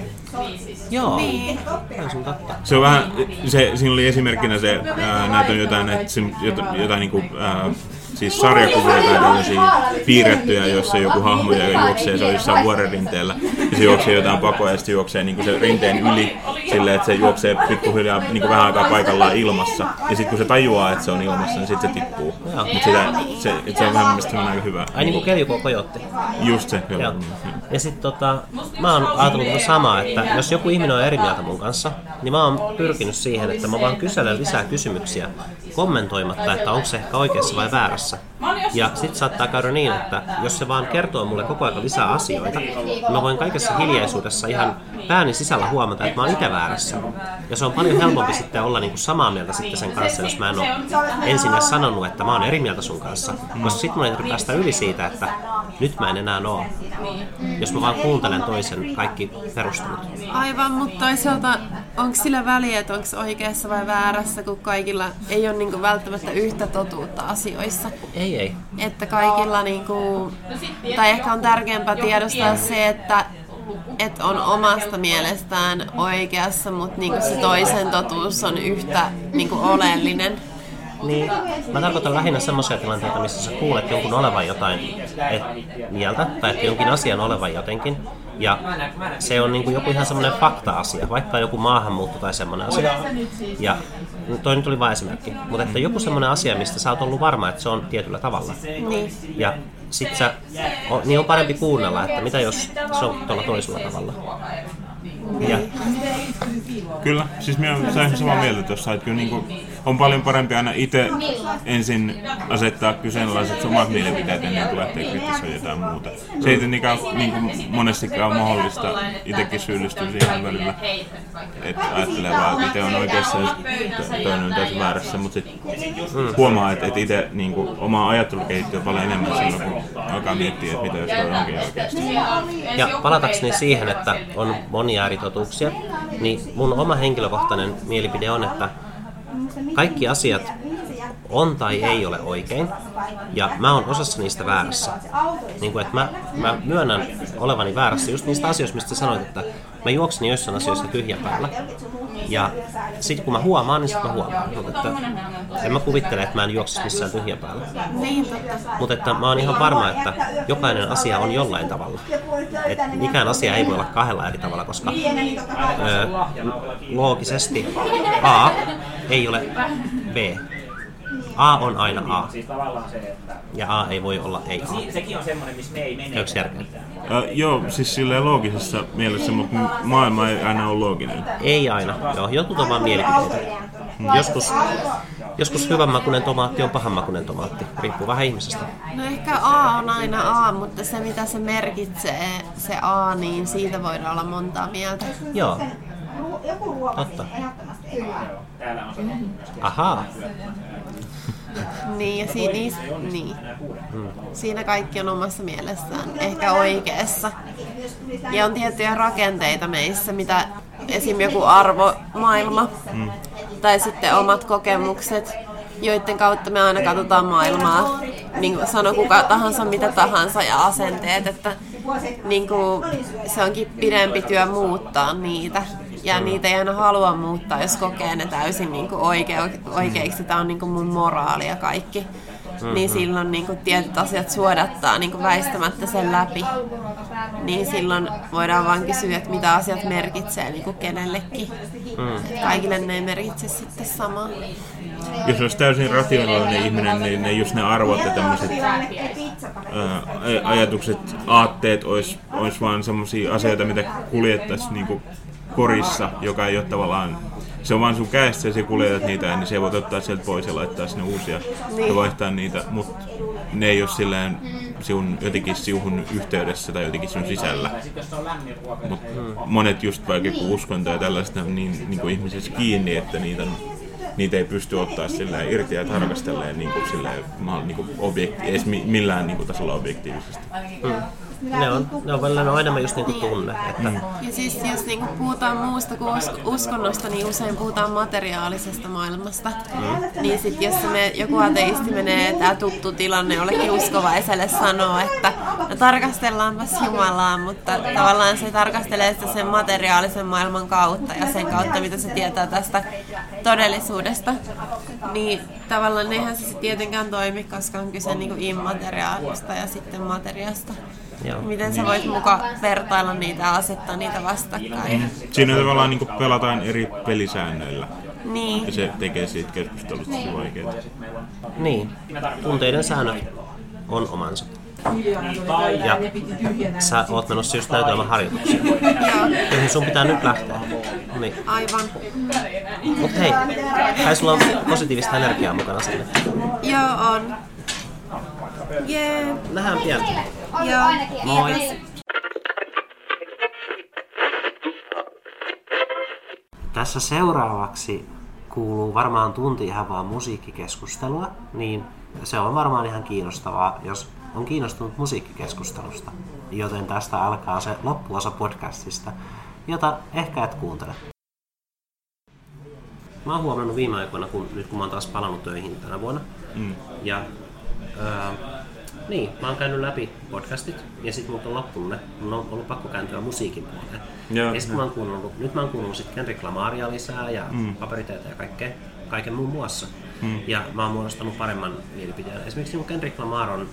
Joo, niin. Se on totta. Se on vähän, se, siinä oli esimerkkinä se, ää, näitä on jotain, näitä, jotain, jotain niin kuin, ää, siis sarjakuvia tai tällaisia piirrettyjä, joissa joku hahmo juoksee, se on jossain vuoren rinteellä, ja se juoksee jotain pakoja, ja se juoksee niin kuin se rinteen yli silleen, että se juoksee pikkuhiljaa niin kuin vähän aikaa paikallaan ilmassa, ja sitten kun se tajuaa, että se on ilmassa, niin sitten se tippuu. Mutta se, se on vähän mielestäni aika hyvä. Ai niin kuin keljukojotti. Just se, joo. joo. Ja sitten tota, mä oon ajatellut tätä samaa, että jos joku ihminen on eri mieltä mun kanssa, niin mä oon pyrkinyt siihen, että mä vaan kyselen lisää kysymyksiä kommentoimatta, että onko se ehkä oikeassa vai väärässä. Ja sitten saattaa käydä niin, että jos se vaan kertoo mulle koko ajan lisää asioita, niin mä voin kaikessa hiljaisuudessa ihan pääni sisällä huomata, että mä oon itse väärässä. Ja se on paljon helpompi sitten olla niinku samaa mieltä sitten sen kanssa, jos mä en ole ensin edes sanonut, että mä oon eri mieltä sun kanssa. Koska sitten mun ei tarvitse päästä yli siitä, että nyt mä en enää oo. Jos mä vaan kuuntelen toisen kaikki perustelut. Aivan, mutta toisaalta onko sillä väliä, että onko oikeassa vai väärässä, kun kaikilla ei ole niinku välttämättä yhtä totuutta asioissa? Ei, ei. Että kaikilla, niinku, tai ehkä on tärkeämpää tiedostaa se, että et on omasta mielestään oikeassa, mutta niinku se toisen totuus on yhtä niinku oleellinen. Niin, mä tarkoitan lähinnä semmoisia tilanteita, missä sä kuulet jonkun olevan jotain et, mieltä, tai että jonkin asian olevan jotenkin, ja se on niinku joku ihan semmoinen fakta-asia, vaikka joku maahanmuutto tai semmoinen asia. Ja toi nyt oli vain esimerkki, mutta että joku semmoinen asia, mistä sä oot ollut varma, että se on tietyllä tavalla. Niin. Ja sit sä, on, niin on parempi kuunnella, että mitä jos se on tuolla toisella tavalla. Ja. Kyllä, siis minä olen ihan samaa mieltä tuossa, että kyllä niin kuin on paljon parempi aina itse ensin asettaa kyseenalaiset omat mielipiteet ennen kuin lähtee kritisoimaan jotain muuta. Se ei tietenkään niin kuin monestikaan ole mahdollista itsekin syyllistyä siihen välillä, että ajattelee vaan, että itse on oikeassa ja toinen on täysin väärässä, mutta sitten huomaa, että itse niin kuin oma ajattelu kehittyy paljon enemmän silloin, kun alkaa miettiä, että mitä jos toi onkin oikeasti. Ja palatakseni siihen, että on monia eri totuuksia, niin mun oma henkilökohtainen mielipide on, että kaikki asiat on tai ei ole oikein, ja mä oon osassa niistä väärässä. Niin kuin, että mä, mä myönnän olevani väärässä just niistä asioista, mistä sanoit, että mä juoksin joissain asioissa tyhjän päällä. Ja sit kun mä huomaan, niin sit mä huomaan. Mutta että en mä kuvittele, että mä en juoksisi missään tyhjän päällä. Mutta että mä oon ihan varma, että jokainen asia on jollain tavalla. Että mikään asia ei voi olla kahdella eri tavalla, koska öö, loogisesti A ei ole B. A on aina A. Ja A ei voi olla ei A. Sekin on semmoinen, missä me ei mene. Onko järkeä? Uh, joo, siis silleen loogisessa mielessä, mutta maailma ei aina ole looginen. Ei aina. Joo, jotkut on vaan mielipiteitä. Joskus, joskus hyvänmakuinen tomaatti on pahanmakuinen tomaatti. Riippuu vähän ihmisestä. No ehkä A on aina A, mutta se mitä se merkitsee, se A, niin siitä voidaan olla montaa mieltä. Joo. Totta. Ahaa. Niin, ja si- niin, niin. Hmm. Siinä kaikki on omassa mielessään, ehkä oikeassa. Ja on tiettyjä rakenteita meissä, mitä esim. Joku arvomaailma hmm. tai sitten omat kokemukset, joiden kautta me aina katsotaan maailmaa. Niin kuin sano kuka tahansa, mitä tahansa ja asenteet, että niin kuin, se onkin pidempi työ muuttaa niitä. Ja niitä ei aina halua muuttaa, jos kokee ne täysin niin kuin oike- oikeiksi. Tämä on niin kuin mun moraali ja kaikki. Mm-hmm. Niin silloin niin kuin tietyt asiat suodattaa niin kuin väistämättä sen läpi. Niin silloin voidaan vaan kysyä, että mitä asiat merkitsee niin kuin kenellekin. Mm. Että kaikille ne ei merkitse sitten samaa. Jos olisi täysin rationaalinen ihminen, niin ne just ne arvot ja tämmöiset ajatukset, aatteet olisi, olisi vaan semmoisia asioita, mitä kuljettaisiin niinku korissa, joka ei ole tavallaan, se on vaan sun kädessä ja sä kuljetat niitä, niin se voit ottaa sieltä pois ja laittaa sinne uusia niin. Ja vaihtaa niitä, mutta ne ei ole silleen siun, jotenkin siuhun yhteydessä tai jotenkin sun sisällä. Mut monet just vaikka uskonto ja tällaista niin, niin kuin ihmisissä kiinni, että niitä on niitä ei pysty ottaa silleen irti ja tarkastelemaan niin kuin silleen, niin kuin objekti, edes millään niin kuin tasolla objektiivisesti. Mm. Ne on, ne on välillä ne on enemmän just niinku tunne. Että... Mm. Ja siis jos niinku puhutaan muusta kuin uskonnosta, niin usein puhutaan materiaalisesta maailmasta. Mm. Niin sit jos me, joku ateisti menee, tämä tuttu tilanne jollekin uskovaiselle sanoo, että no tarkastellaanpas Jumalaa, mutta tavallaan se tarkastelee sitä sen materiaalisen maailman kautta ja sen kautta, mitä se tietää tästä todellisuudesta. Niin tavallaan eihän se tietenkään toimi, koska on kyse niinku immateriaalista ja sitten materiasta. Joo. Miten sä voit muka vertailla niitä ja asettaa niitä vastakkain? Mm. Siinä tavallaan niin pelataan eri pelisäännöillä. Niin. Ja se tekee siitä keskustelusta vaikeaa. Niin. Tunteiden säännöt on omansa. Ja sä oot menossa just näytelmän harjoituksiin. Joo. Joihin sun pitää nyt lähteä. Niin. Aivan. Mut hei, kai sulla on positiivista energiaa mukana sinne. Joo, on. Jee. Yeah. Nähdään pian. Joo. Moi. Tässä seuraavaksi kuuluu varmaan tunti ihan vaan musiikkikeskustelua, niin se on varmaan ihan kiinnostavaa, jos on kiinnostunut musiikkikeskustelusta. Joten tästä alkaa se loppuosa podcastista, jota ehkä et kuuntele. Mä oon huomannut viime aikoina, kun, nyt kun mä oon taas palannut töihin tänä vuonna, mm. ja öö, niin, mä oon käynyt läpi podcastit ja sit mut on loppunut ne. Mun on ollut pakko kääntyä musiikin puoleen. Joo, ja sit mä oon kuunnellut, nyt mä oon kuunnellut sit Kendrick Lamaria lisää ja mm. Paperiteitä ja kaikkea, kaiken muun muassa. Mm. Ja mä oon muodostanut paremman mielipiteen. Esimerkiksi niin Kendrick Lamar on,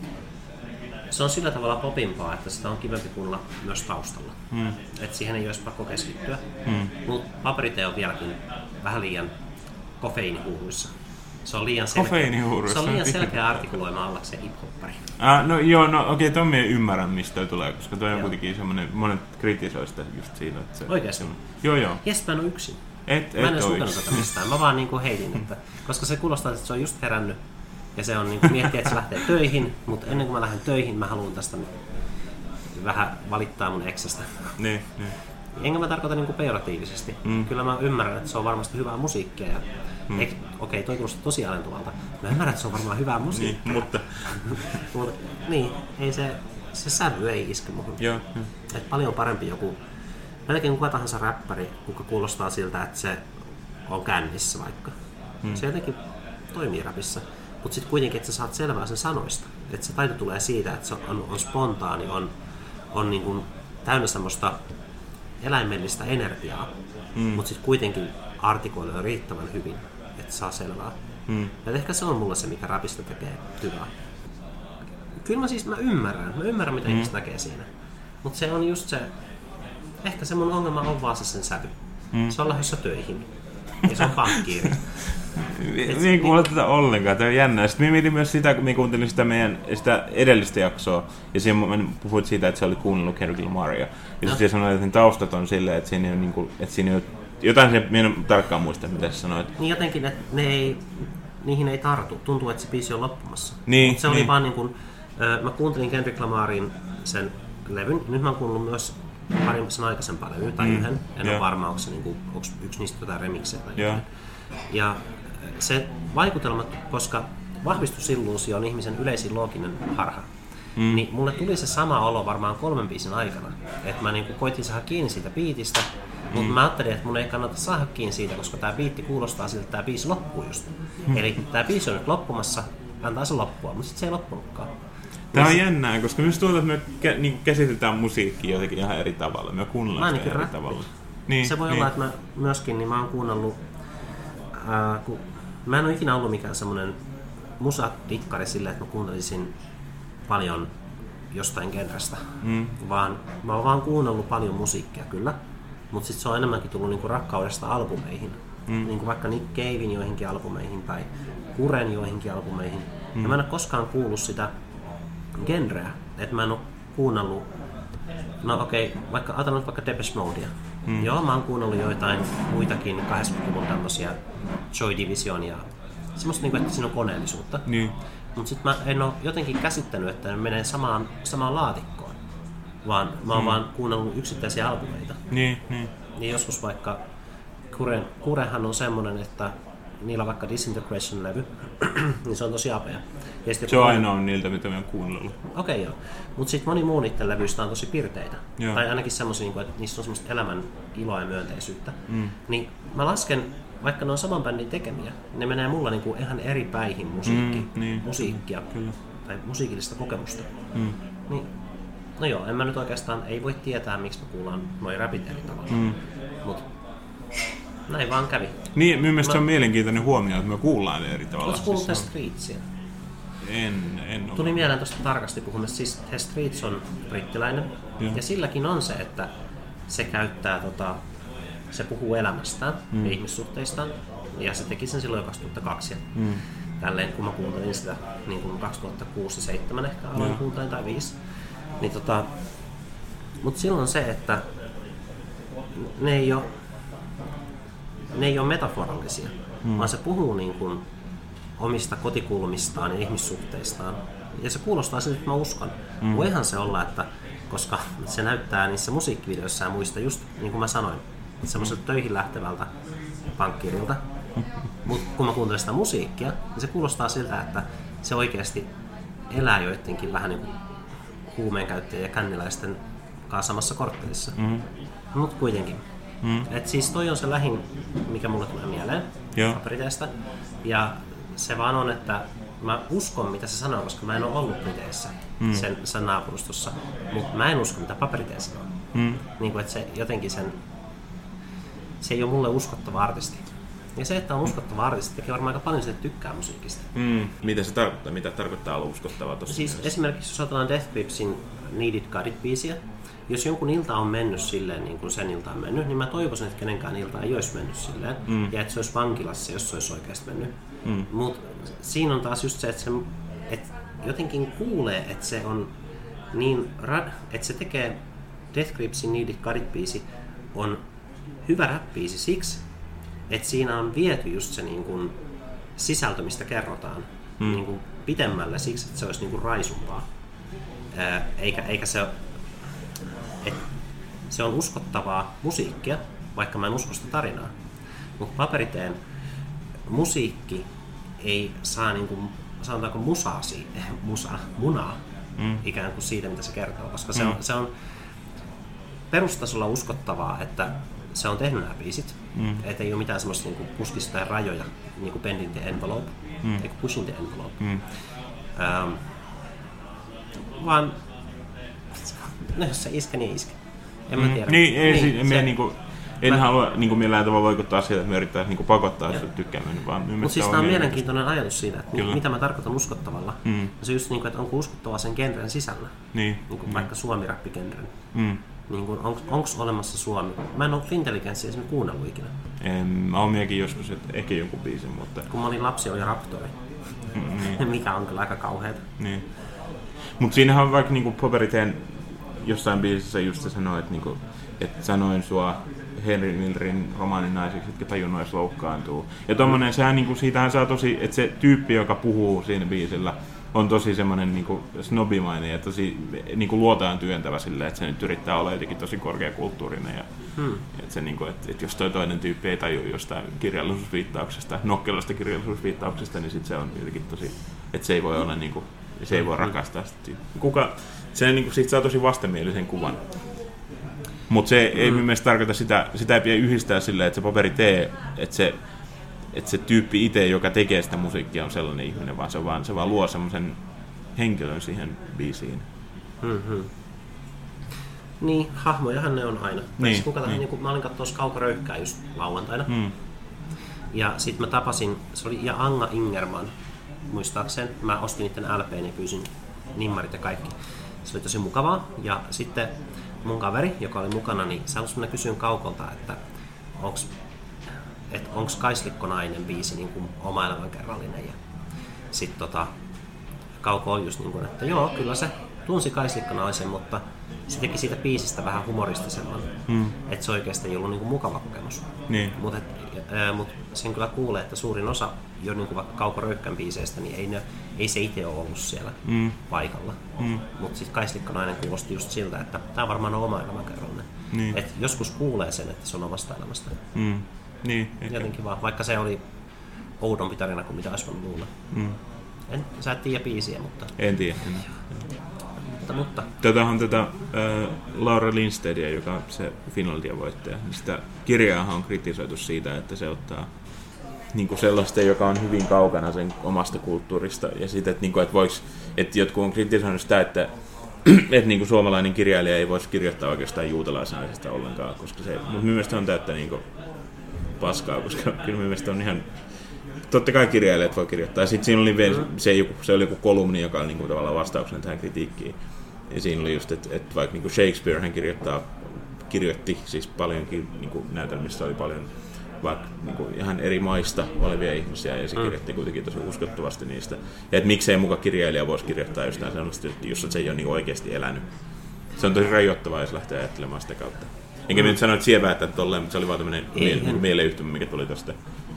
se on sillä tavalla popimpaa, että sitä on kivempi kuunnella myös taustalla. Mm. Et siihen ei olisi pakko keskittyä. Mm. Mut Paperite on vieläkin vähän liian kofeiinihuuruissa. Se on liian selkeä, se on liian selkeä artikuloima ollakseen hip-hoppari. Ah, no joo, no okei, okay, ton minä ymmärrän mistä toi tulee, koska toi on kuitenkin semmonen, monet kritisoi sitä just siitä, että se... Oikeesti? Se, joo, joo. Jes, mä en oo yksin. Et, mä en edes lukenut tätä mistään, mä vaan niinku heitin, että... Koska se kuulostaa, että se on just herännyt, ja se on niinku miettiä, että se lähtee töihin, mutta ennen kuin mä lähden töihin, mä haluan tästä vähän valittaa mun eksästä. Niin, niin. Enkä mä tarkoita niinku pejoratiivisesti. Mm. Kyllä mä ymmärrän, että se on varmasti hyvää musiikkia. Ja mm. Okei, okay, toi kuulostaa tosi alentuvalta. Mä ymmärrän, että se on varmaan hyvää musiikkia. Niin, mutta... Mut, niin, ei se, se sävy ei iske muhun. Joo. Et paljon parempi joku, melkein kuka tahansa räppäri, kuka kuulostaa siltä, että se on kännissä vaikka. Mm. Se jotenkin toimii räpissä. Mut sit kuitenkin, että sä saat selvää sen sanoista. Että se taito tulee siitä, että se on, on spontaani, on, on niin kuin täynnä semmoista eläimellistä energiaa, mm. mutta sitten kuitenkin artikoilee riittävän hyvin, että saa selvää. Mm. Ja ehkä se on mulle se, mikä rapista tekee hyvää. Kyllä mä siis mä ymmärrän, mä ymmärrän mitä mm. ihmiset näkee siinä. Mutta se on just se, ehkä se mun ongelma on vaan se sen sävy. Mm. Se on lähdössä töihin. Ja se on pankkiiri. Minä en kuule tätä ollenkaan, tämä on jännää. Sitten minä mietin myös sitä, kun minä kuuntelin sitä meidän sitä edellistä jaksoa, ja siinä puhuit siitä, että se oli kuunnellut Kendrick Lamaria. Ja sitten sanoit, että ne taustat on silleen, että siinä ei ole, niin kuin, että siinä ei ole jotain, se, minä en tarkkaan muista, mitä sä sanoit. Niin jotenkin, että ne ei, niihin ei tartu. Tuntuu, että se biisi on loppumassa. Niin, Mut se niin. oli vaan niin kuin, mä kuuntelin Kendrick Lamarin sen levyn, nyt mä oon kuunnellut myös parin sen aikaisempaa levyä, tai mm. yhden. En ole varma, onko, se, niin kuin, onko yksi niistä jotain remiksejä tai jotain. Ja se vaikutelma, koska vahvistusilluusio on ihmisen yleisin looginen harha, mm. niin mulle tuli se sama olo varmaan kolmen biisin aikana. Että mä niinku koitin saada kiinni siitä biitistä, mm. mutta mä ajattelin, että mun ei kannata saada kiinni siitä, koska tää biitti kuulostaa siltä, että tää biisi loppuu just. Mm. Eli tää biisi on nyt loppumassa, antaa se loppua, mutta sit se ei loppunutkaan. Tää on jännää, koska myös tuntuu, että me kä- niin käsitetään musiikkia jotenkin ihan eri tavalla. Me kuunnellaan sitä eri räppi. Tavalla. Niin, se voi niin. olla, että mä myöskin, niin mä oon kuunnellut, ää, kun mä en ole ikinä ollut mikään semmonen musadikkari silleen, että mä kuuntelisin paljon jostain genrestä, mm. vaan mä oon vaan kuunnellut paljon musiikkia kyllä, mutta sit se on enemmänkin tullut niinku rakkaudesta albumeihin, mm. niinku vaikka Nick Caven joihinkin albumeihin tai Kuren joihinkin albumeihin, mm. ja mä en ole koskaan kuullut sitä genreä, että mä en oo kuunnellut, no okei, okay, vaikka ajatellaan nyt vaikka Depeche Modea. Mm. Joo, mä oon kuunnellut joitain muitakin kahdeksankymmentäluvun tämmösiä Joy Divisionia, semmoista niinku, että siinä on koneellisuutta. Niin. Mut sit mä en oo jotenkin käsittänyt, että ne menee samaan, samaan laatikkoon, vaan mä oon mm. vaan kuunnellut yksittäisiä albumeita. Niin, niin. Niin joskus vaikka, Kuren, Kurehan on semmonen, että niillä on vaikka Disintegration-levy, niin se on tosi apea. Se on ainoa niiltä, mitä me on kuunnellut. Okei, okay, joo. Mutta sitten moni muu niiden levyistä on tosi pirteitä. Joo. Tai ainakin semmoisia, että niissä on semmoista elämän iloa ja myönteisyyttä. Mm. Niin mä lasken, vaikka ne on saman bändin tekemiä, ne menee mulla niinku ihan eri päihin musiikki, mm, niin. musiikkia Kyllä. tai musiikillista kokemusta. Mm. Niin, no joo, en mä nyt oikeastaan, ei voi tietää, miksi me kuullaan noin rapit eri tavalla. Mm. Mut näin vaan kävi. Niin, mielestäni se on mielenkiintoinen huomio, että me kuullaan ne eri tavalla. Oletko kuullut The Streetsia? En, en ole. Tuli mieleen tuosta tarkasti puhumassa. Siis The Streets on brittiläinen. Ja. ja silläkin on se, että se käyttää, tota, se puhuu elämästään mm. ja ihmissuhteistaan. Ja se teki sen silloin kaksituhattakaksi. Ja mm. tälleen, kun mä kuuntelin sitä niin kuin kaksituhattakuusi ja kaksituhattaseitsemän ehkä aloin mm. kuuntelin tai viisi. Niin, tota, mutta silloin se, että ne ei ole, ne ei ole metaforallisia, mm. vaan se puhuu niin kuin omista kotikulmistaan ja ihmissuhteistaan. Ja se kuulostaa siltä, että mä uskon. Mm. Voihan se olla, että koska se näyttää niissä musiikkivideoissa ja muista, just niin kuin mä sanoin, semmoiselta mm. töihin lähtevältä pankkirilta. Mutta kun mä kuuntelen sitä musiikkia, niin se kuulostaa siltä, että se oikeasti elää joidenkin vähän niin kuin huumeenkäyttäjien ja känniläisten kanssa samassa korttelissa. Mm. Mutta kuitenkin. Mm. Et siis toi on se lähin, mikä mulle tulee mieleen Paperiteestä. Ja se vaan on, että mä uskon mitä se sanoo, koska mä en ole ollut Briteissä mm. sen, sen naapurustossa. Mutta mä en usko mitä Paperitee sanoo. Mm. Niin kuin, että se jotenkin sen, se ei ole mulle uskottava artisti. Ja se, että on uskottava artisti, tekee varmaan aika paljon sitä, että tykkää musiikista. Mm. Mitä se tarkoittaa? Mitä tarkoittaa olla uskottava tuossa? Siis mielessä? Esimerkiksi jos ajatellaan Death Gripsin Need It Got It-biisiä, jos jonkun ilta on mennyt silleen, niin kuin sen ilta on mennyt, niin mä toivoisin, että kenenkään ilta ei olisi mennyt silleen. Mm. Ja että se olisi vankilassa, jos se olisi oikeasti mennyt. Mm. Mutta siinä on taas just se, että, se, että jotenkin kuulee, että se on niin, että se tekee Death Gripsin Need It Got It-biisi on hyvä rap-biisi siksi, että siinä on viety just se niin kuin sisältö, mistä kerrotaan mm. niin kuin pitemmälle siksi, että se olisi niin kuin raisumpaa. Ää, eikä, eikä se, et, se on uskottavaa musiikkia, vaikka mä en usko sitä tarinaa. Mutta Paperiteen musiikki ei saa niin kuin, sanotaanko musaa, musa, munaa mm. ikään kuin siitä, mitä se kertoo, koska mm. se, on, se on perustasolla uskottavaa, että se on tehnyt nämä biisit, mm. että ei ole mitään semmoista niinku puskista ja rajoja, niin kuin Bending the Envelope, mm. eikä Pushing the Envelope. Mm. Ähm, vaan, no jos se iske, niin iske. En mm. mä tiedä. Niin, ei, niin, se, me, niinku, en mä, halua niinku millään tavalla vaikuttaa siitä, että me yrittäisiin niinku pakottaa sitä tykkäämään. Mutta siis tämä on mielenkiintoinen ajatus siitä, että Kyllä. mitä mä tarkoitan uskottavalla. Mm. Se just niinku, että onko uskottava sen genren sisällä, niin. Niinku mm. vaikka suomi-räppigenren. Mm. Niin on, onko olemassa suomi? Mä en ole Fintelligenssia esimerkiksi kuunnellut ikinä. En, mä oon miekin joskus, että ehkä jonkun biisin, mutta... Kun mä olin lapsi, oli Raptori. Mm, mikä on kyllä aika kauheeta. Niin. Mut siinähän on vaikka niinku Paperiteen jossain biisissä just se sanoo, että niinku, et sanoin sua Henry Millerin romaanin naiseksi, etkä tajunnut edes loukkaantuu. Ja tommonen, sehän niinku, siitähän saa tosi, että se tyyppi, joka puhuu siinä biisillä, on tosi semmoinen niinku snobimainen ja tosi niinku luotaan työntävä silleen, että se nyt yrittää olla jotenkin tosi korkeakulttuurinen. Ja, hmm. että se, niinku, että, että jos toi toinen tyyppi ei tajua jostain kirjallisuusviittauksesta, nokkelasta kirjallisuusviittauksesta, niin sit se on jotenkin tosi, että se ei voi olla niinku, se ei voi rakastaa sitä. Kuka, se niinku, siitä saa tosi vastenmielisen kuvan. Mutta se ei hmm. mielestäni tarkoita sitä, sitä ei pidä yhdistää silleen, että se Paperitee, että se että se tyyppi itse, joka tekee sitä musiikkia, on sellainen ihminen, vaan se vaan, se vaan luo semmoisen henkilön siihen biisiin. Mm-hmm. Niin, hahmojahan ne on aina. Niin, kuka niin. Niin, mä olin katsoa Kaukoröyhkää just lauantaina. Mm. Ja sit mä tapasin, se oli ja Anga Ingerman, muistaakseni. Mä ostin niiden L P:n ja pyysin nimmarit ja kaikki. Se oli tosi mukavaa. Ja sitten mun kaveri, joka oli mukana, niin se halusi mennä kysyä Kaukolta, että onks että onko Kaislikko-nainen biisi niin kuin oma elämänkerrallinen. Ja sitten tota, Kauko on just niin kuin, että joo, kyllä se tunsi Kaislikko-naisen, mutta se teki siitä biisistä vähän humoristisemman. Mm. Että se oikeasti ei ollut niin kuin mukava kokemus. Niin. Mutta mut sen kyllä kuulee, että suurin osa jo niin kuin vaikka Kauko Röyhkän biiseistä, niin ei, ne, ei se itse ole ollut siellä mm. paikalla. Mm. Mutta sitten Kaislikko-nainen kuulosti just siltä, että tämä varmaan on oma elämänkerrallinen. Niin. Et joskus kuulee sen, että se on omasta elämästä. Mm. Niin, jotenkin vaan, vaikka se oli oudompi tarina kuin mitä olisi voinut luulla. Mm. En, sä et tiedä biisiä, mutta... En tiedä. En. Mutta, mutta. Tätähän tätä äh, Laura Lindstedia, joka on se Finlandia voittaja. Sitä kirjaahan on kritisoitu siitä, että se ottaa niin kuin sellaista, joka on hyvin kaukana sen omasta kulttuurista. Ja siitä, että, niin kuin, että, voisi, että jotkut on kritisoinut sitä, että, että niin kuin suomalainen kirjailija ei voisi kirjoittaa oikeastaan juutalaisnaisesta ollenkaan. Koska se, mutta mielestäni on täyttä niin kuin paskaa, koska kyllä mielestäni on ihan... Totta kai kirjailijat voi kirjoittaa. Ja sitten siinä oli vielä, se, joku, se oli joku kolumni, joka oli niin kuin tavallaan vastauksena tähän kritiikkiin. Ja siinä oli just, että, että vaikka niin kuin Shakespeare hän kirjoittaa, kirjoitti siis paljonkin niin kuin näytelmissä oli paljon vaikka niin kuin ihan eri maista olevia ihmisiä ja se kirjoitti kuitenkin tosi uskottavasti niistä. Ja että miksei muka kirjailija voisi kirjoittaa jostain sellaista, just se ei ole niin oikeasti elänyt. Se on tosi rajoittavaa, jos lähtee ajattelemaan sitä kautta. Enkä mm. nyt sano, että siellä päättää tolleen, mutta se oli vaan tämmöinen miele- mieleyhtymä, mikä tuli tosta.